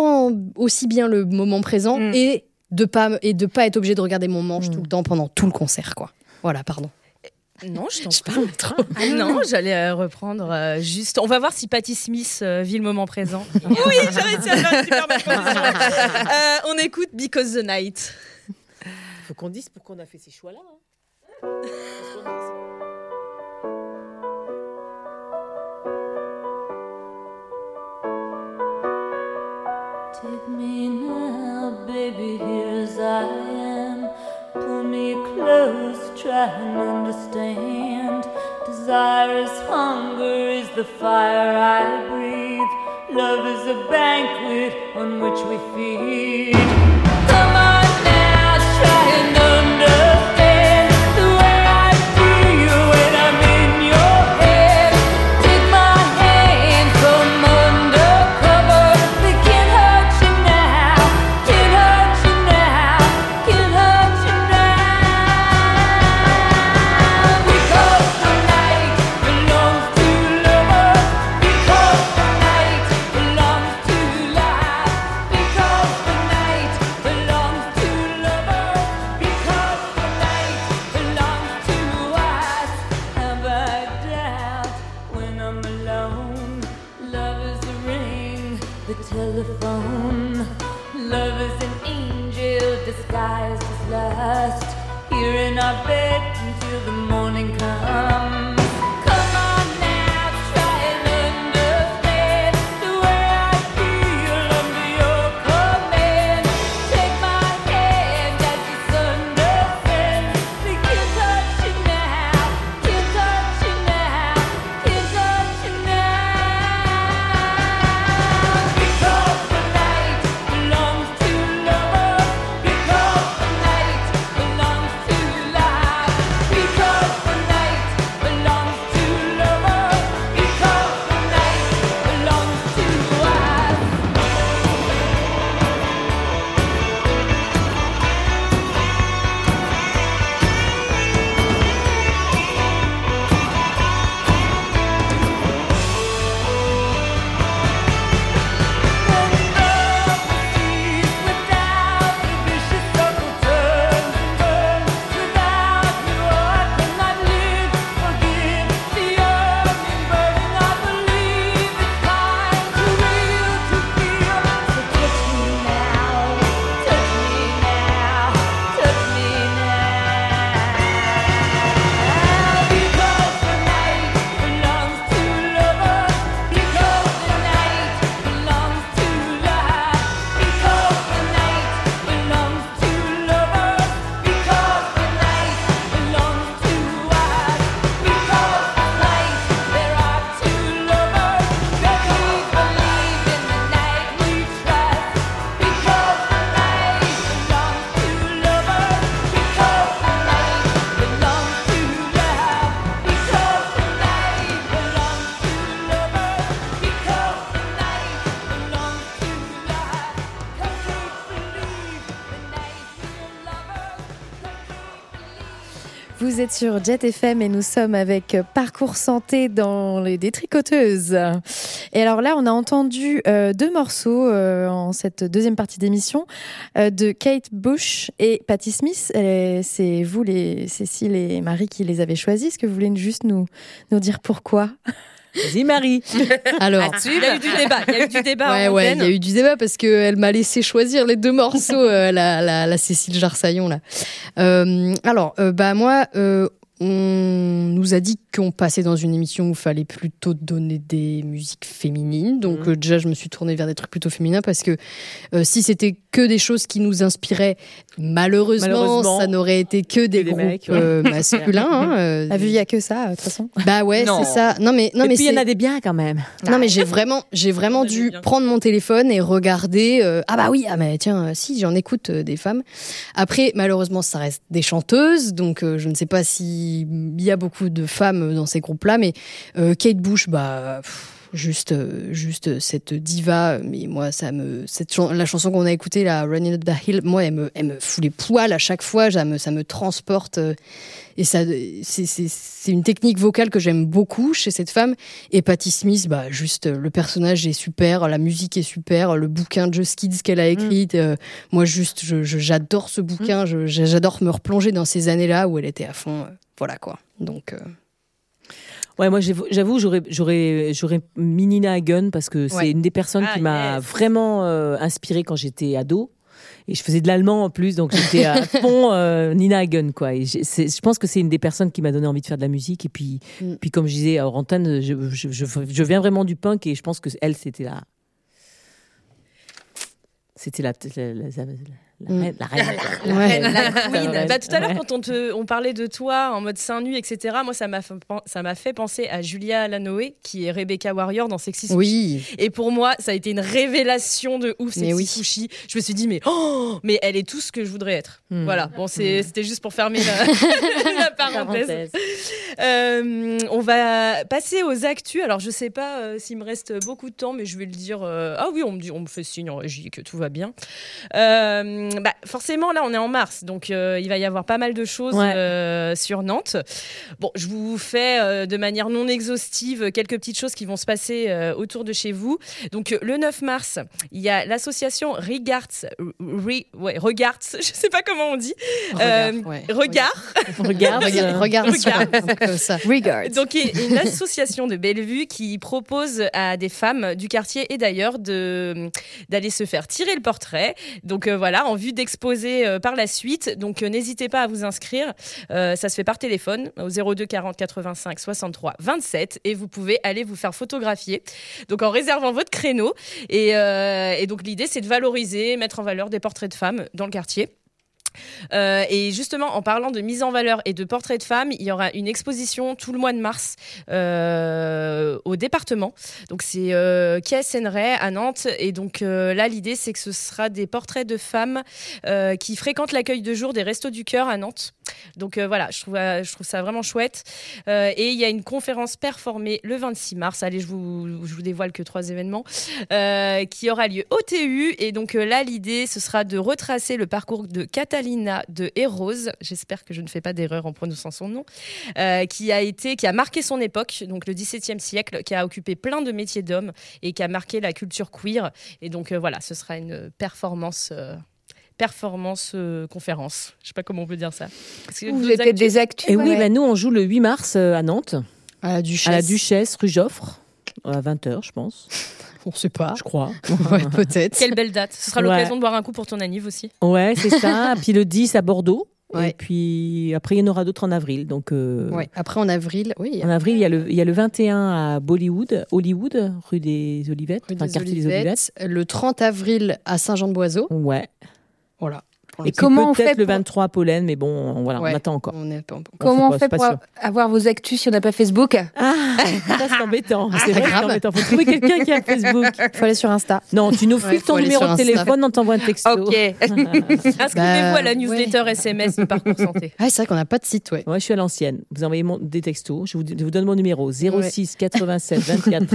autant aussi bien le moment présent Mm. et de pas et de pas être obligé de regarder mon manche tout le temps pendant tout le concert, quoi. Voilà, pardon. Non, je t'en Je prie. parle trop. Ah non, j'allais euh, reprendre euh, juste. On va voir si Patti Smith euh, vit le moment présent. Oui, j'ai réussi à faire une super belle position. Euh, on écoute Because the Night. Faut qu'on dise pourquoi on a fait ces choix-là. hein. Take me now, baby, here as I am. Pull me close, try and understand. Desire is hunger, is the fire I breathe. Love is a banquet on which we feed. Come on now, try and understand the way I feel when I'm in your head. Take my hand from undercover. They can't hurt you now, can't hurt you now, can't hurt you now. Because the night belongs to lovers. Because the night belongs to life. Because the night belongs to lovers. Because the night belongs to us. Have I doubt when I'm alone? Love is a ring, the telephone. Love is an angel disguised as lust. Here in our bed until the morning comes. Come on now, try and understand the way I feel under your command. Take my hand as the sun descends. We can't touch you now, can't touch you now, can't touch you now. Because the night belongs to lovers. Because the night belongs to life. Because the night belongs to lovers. Because the night belongs to us. Vous êtes sur Jet F M et nous sommes avec Parcours Santé dans les Détricoteuses. Et alors là, on a entendu euh, deux morceaux euh, en cette deuxième partie d'émission euh, de Kate Bush et Patti Smith. Et c'est vous, les Cécile et Marie, qui les avez choisis. Est-ce que vous voulez juste nous, nous dire pourquoi ? Vas-y, Marie. Alors, Il y a eu du débat. Il y a eu du débat. Ouais, en ouais, il antenne. y a eu du débat parce qu'elle m'a laissé choisir les deux morceaux, euh, la, la, la Cécile Jarsaillon, là. Euh, alors, euh, bah, moi, euh, on nous a dit qu'on passait dans une émission où il fallait plutôt donner des musiques féminines. Donc, Mmh. euh, déjà, je me suis tournée vers des trucs plutôt féminins parce que euh, si c'était que des choses qui nous inspiraient, malheureusement, Malheureusement, ça n'aurait été que des des groupes mecs, ouais. euh, masculins. Hein, euh, Ah, vu, il n'y a que ça, de toute façon. bah ouais, Non. c'est ça. Non, mais, non, Et mais puis il y en c'est- a des biens quand même. non mais j'ai vraiment j'ai vraiment Ça, j'ai dû bien. prendre mon téléphone et regarder euh, ah bah oui ah mais tiens euh, si j'en écoute euh, des femmes. Après malheureusement ça reste des chanteuses donc euh, je ne sais pas si il y a beaucoup de femmes dans ces groupes là mais euh, Kate Bush bah pff, Juste, euh, juste cette diva, mais moi, ça me, cette chan- la chanson qu'on a écoutée, la Running Up the Hill, moi, elle me, elle me fout les poils à chaque fois, ça me, ça me transporte. euh, et ça, c'est, c'est, c'est une technique vocale que j'aime beaucoup chez cette femme. Et Patti Smith, bah, juste, euh, le personnage est super, la musique est super, le bouquin de Just Kids qu'elle a écrit. Mm. Euh, moi, juste, je, je, j'adore ce bouquin, mm. je, j'adore me replonger dans ces années-là où elle était à fond. Euh, voilà quoi. Donc. Euh... Ouais, moi j'avoue, j'aurais, j'aurais, j'aurais mis Nina Hagen parce que c'est Ouais. une des personnes Ah, qui m'a yes. vraiment euh, inspirée quand j'étais ado. Et je faisais de l'allemand en plus, donc j'étais à fond euh, Nina Hagen, quoi. Et j'ai- c'est- je pense que c'est une des personnes qui m'a donné envie de faire de la musique. Et puis, Mm. puis comme je disais à Orantane, je, je, je, je viens vraiment du punk et je pense que elle, c'était la, c'était la, la, la, la, la Mm. reine, la reine. La Ouais. reine, la queen. Ouais. Bah, tout à l'heure, Ouais. quand on, te, on parlait de toi en mode seins nus, et cetera, moi, ça m'a, fait, pen- ça m'a fait penser à Julia Lanoé, qui est Rebecca Warrior dans Sexy Sushi. Oui. Et pour moi, ça a été une révélation de ouf, Mais Sexy oui. Sushi. Je me suis dit, mais, oh, mais elle est tout ce que je voudrais être. Hmm. Voilà, bon, c'est, c'était juste pour fermer la, la parenthèse. Euh, on va passer aux actus. Alors, je sais pas euh, s'il me reste beaucoup de temps, mais je vais le dire. euh, Ah oui, on me, dit, on me fait signe en régie que tout va bien. Euh, bah, forcément, là, on est en mars, donc euh, il va y avoir pas mal de choses Ouais. euh, sur Nantes. Bon, je vous fais euh, de manière non exhaustive quelques petites choses qui vont se passer euh, autour de chez vous. Donc, euh, le neuf mars, il y a l'association Regards. Re, ouais, Regards, je sais pas comment on dit. Regard, Euh, ouais. Regard. Regarde, Regarde, regarde, Regarde. regarde ça. Regards. Donc, il y a une association de Bellevue qui propose à des femmes du quartier et d'ailleurs de, d'aller se faire tirer le portrait. Donc, euh, voilà, en vue d'exposer euh, par la suite. Donc, euh, n'hésitez pas à vous inscrire. Euh, ça se fait par téléphone au zéro deux quarante quatre-vingt-cinq soixante-trois vingt-sept et vous pouvez aller vous faire photographier. Donc, en réservant votre créneau. Et, euh, et donc, l'idée, c'est de valoriser, mettre en valeur des portraits de femmes dans le quartier. Euh, et justement, en parlant de mise en valeur et de portraits de femmes, il y aura une exposition tout le mois de mars euh, au département. Donc c'est euh, Quai Senneray à Nantes. Et donc euh, là, l'idée, c'est que ce sera des portraits de femmes euh, qui fréquentent l'accueil de jour des Restos du Cœur à Nantes. Donc euh, voilà, je trouve, euh, je trouve ça vraiment chouette. Euh, et il y a une conférence performée le vingt-six mars. Allez, je vous, je vous dévoile que trois événements euh, qui aura lieu au T U. Et donc euh, là, l'idée, ce sera de retracer le parcours de Catalina de Héros. J'espère que je ne fais pas d'erreur en prononçant son nom. Euh, qui a été, qui a marqué son époque, donc le dix-septième siècle, qui a occupé plein de métiers d'hommes et qui a marqué la culture queer. Et donc euh, voilà, ce sera une performance. Euh, performance euh, conférence. Je sais pas comment on peut dire ça. Parce que Vous d'autres avez peut-être actus- des actus. Et ouais. oui, bah, nous, on joue le huit mars euh, à Nantes, À la Duchesse. à la Duchesse, rue Joffre, à vingt heures, je pense. On sait pas. Je crois. Ouais, peut-être. Quelle belle date. Ce sera Ouais. l'occasion de boire un coup pour ton anniv aussi. Ouais, c'est ça. Puis le dix à Bordeaux. Ouais. Et puis après, il y en aura d'autres en avril. Donc, euh, Ouais. Après, en avril, oui. en avril, il y, a le, il y a le vingt et un à Bollywood, Hollywood, rue des Olivettes, Rue enfin, des quartier des Olivettes. Olivettes. Le trente avril à Saint-Jean-de-Boiseau. Ouais. Voilà. Et comment on peut-être fait le pour- vingt-trois à Pollen, mais bon, voilà, Ouais. on attend encore. On est pas- Comment on sait fait pas, pour c'est pas a- avoir vos actus si on n'a pas Facebook? Ah, ça c'est embêtant. C'est vrai que c'est Instagram. embêtant. Faut trouver quelqu'un qui a Facebook. Il faut aller sur Insta. Non, tu nous Ouais, files faut ton aller numéro sur de Insta. téléphone, on t'envoie un texto. Ok. Inscrivez-vous Bah, à la newsletter S M S du Parcours Santé. Ah, c'est vrai qu'on n'a pas de site, ouais. Ouais, je suis à l'ancienne. Vous envoyez mon, des textos. Je vous, je vous donne mon numéro zéro six quatre-vingt-sept vingt-quatre.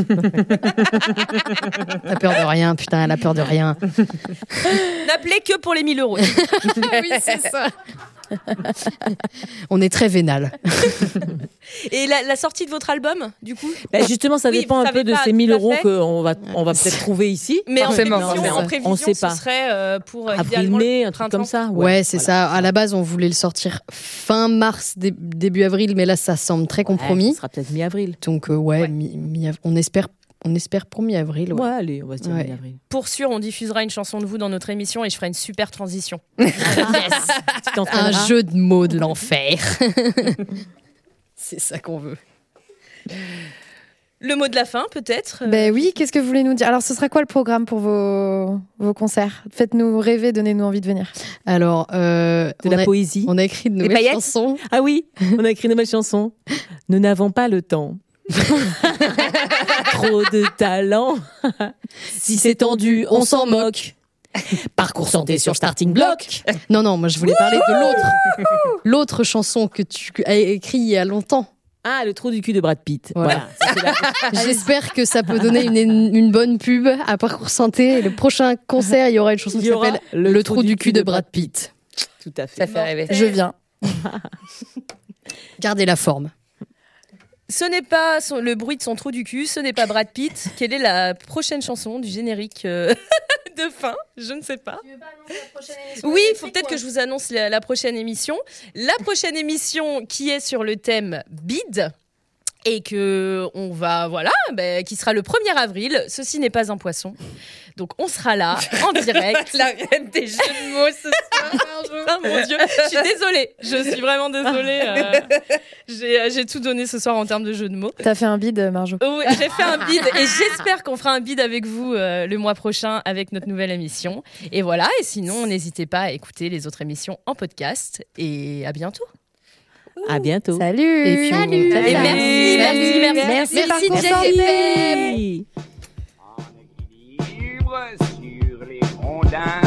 T'as peur de rien, putain, elle a peur de rien. N'appelez que pour les mille euros. Oui, c'est ça. On est très vénal. Et la, la sortie de votre album, du coup Ben justement, ça Oui, dépend vous un savez peu de pas ces tout mille à euros fait. qu'on va, on va peut-être trouver ici. Mais en Forcément, prévision, forcément. en prévision On sait pas. ce serait euh, pour euh, Avril, idéalement le mai, un truc printemps. comme ça. Ouais, c'est ça. À la base, on voulait le sortir fin mars, dé- début avril, mais là, ça semble très compromis. Ouais, ce sera peut-être mi-avril. Donc, euh, ouais, Ouais. mi- mi- on espère, on espère pour mi-avril. Ouais. Ouais. allez, on va se dire Ouais. mi-avril. Pour sûr, on diffusera une chanson de vous dans notre émission et je ferai une super transition. Tu Un t'entraîneras. jeu de mots de l'enfer. C'est ça qu'on veut. Le mot de la fin, peut-être. Ben oui, qu'est-ce que vous voulez nous dire? Alors, ce sera quoi le programme pour vos, vos concerts? Faites-nous rêver, donnez-nous envie de venir. Alors, euh, De on la a- poésie. On a écrit de Des nouvelles paillettes chansons. Ah oui, on a écrit une nouvelle chanson. Nous n'avons pas le temps. Trop de talent. Si c'est tendu, on s'en moque. Parcours santé sur Starting Block. Non, non, moi je voulais parler de l'autre. L'autre chanson que tu as écrite il y a longtemps. Ah, le trou du cul de Brad Pitt. Voilà. Voilà. Ça, c'est la- J'espère que ça peut donner une, une bonne pub à Parcours Santé. Et le prochain concert, il y aura une chanson Il qui y aura s'appelle Le, trou du cul de Brad Pitt. Tout à fait. Ça fait rêver. Je viens. Gardez la forme. Ce n'est pas son- le bruit de son trou du cul, ce n'est pas Brad Pitt. Quelle est la prochaine chanson du générique euh, de fin? Je ne sais pas. Oui, il faut peut-être que je vous annonce la, la prochaine émission. La prochaine émission qui est sur le thème bide. Et que on va, voilà, ben, qui sera le premier avril. Ceci n'est pas un poisson. Donc on sera là, en direct. La reine des jeux de mots ce soir. Ah mon Dieu, je suis désolée. Je suis vraiment désolée. euh, j'ai, j'ai tout donné ce soir en termes de jeux de mots. T'as fait un bide, Marjo. Oui, j'ai fait un bide et j'espère qu'on fera un bide avec vous euh, le mois prochain avec notre nouvelle émission. Et voilà, et sinon, n'hésitez pas à écouter les autres émissions en podcast. Et à bientôt. À bientôt. Salut. Et puis, on- Et Salut. merci, merci, merci, Merci, merci, Parcours Jack Santé. F M. Libre sur les rondins.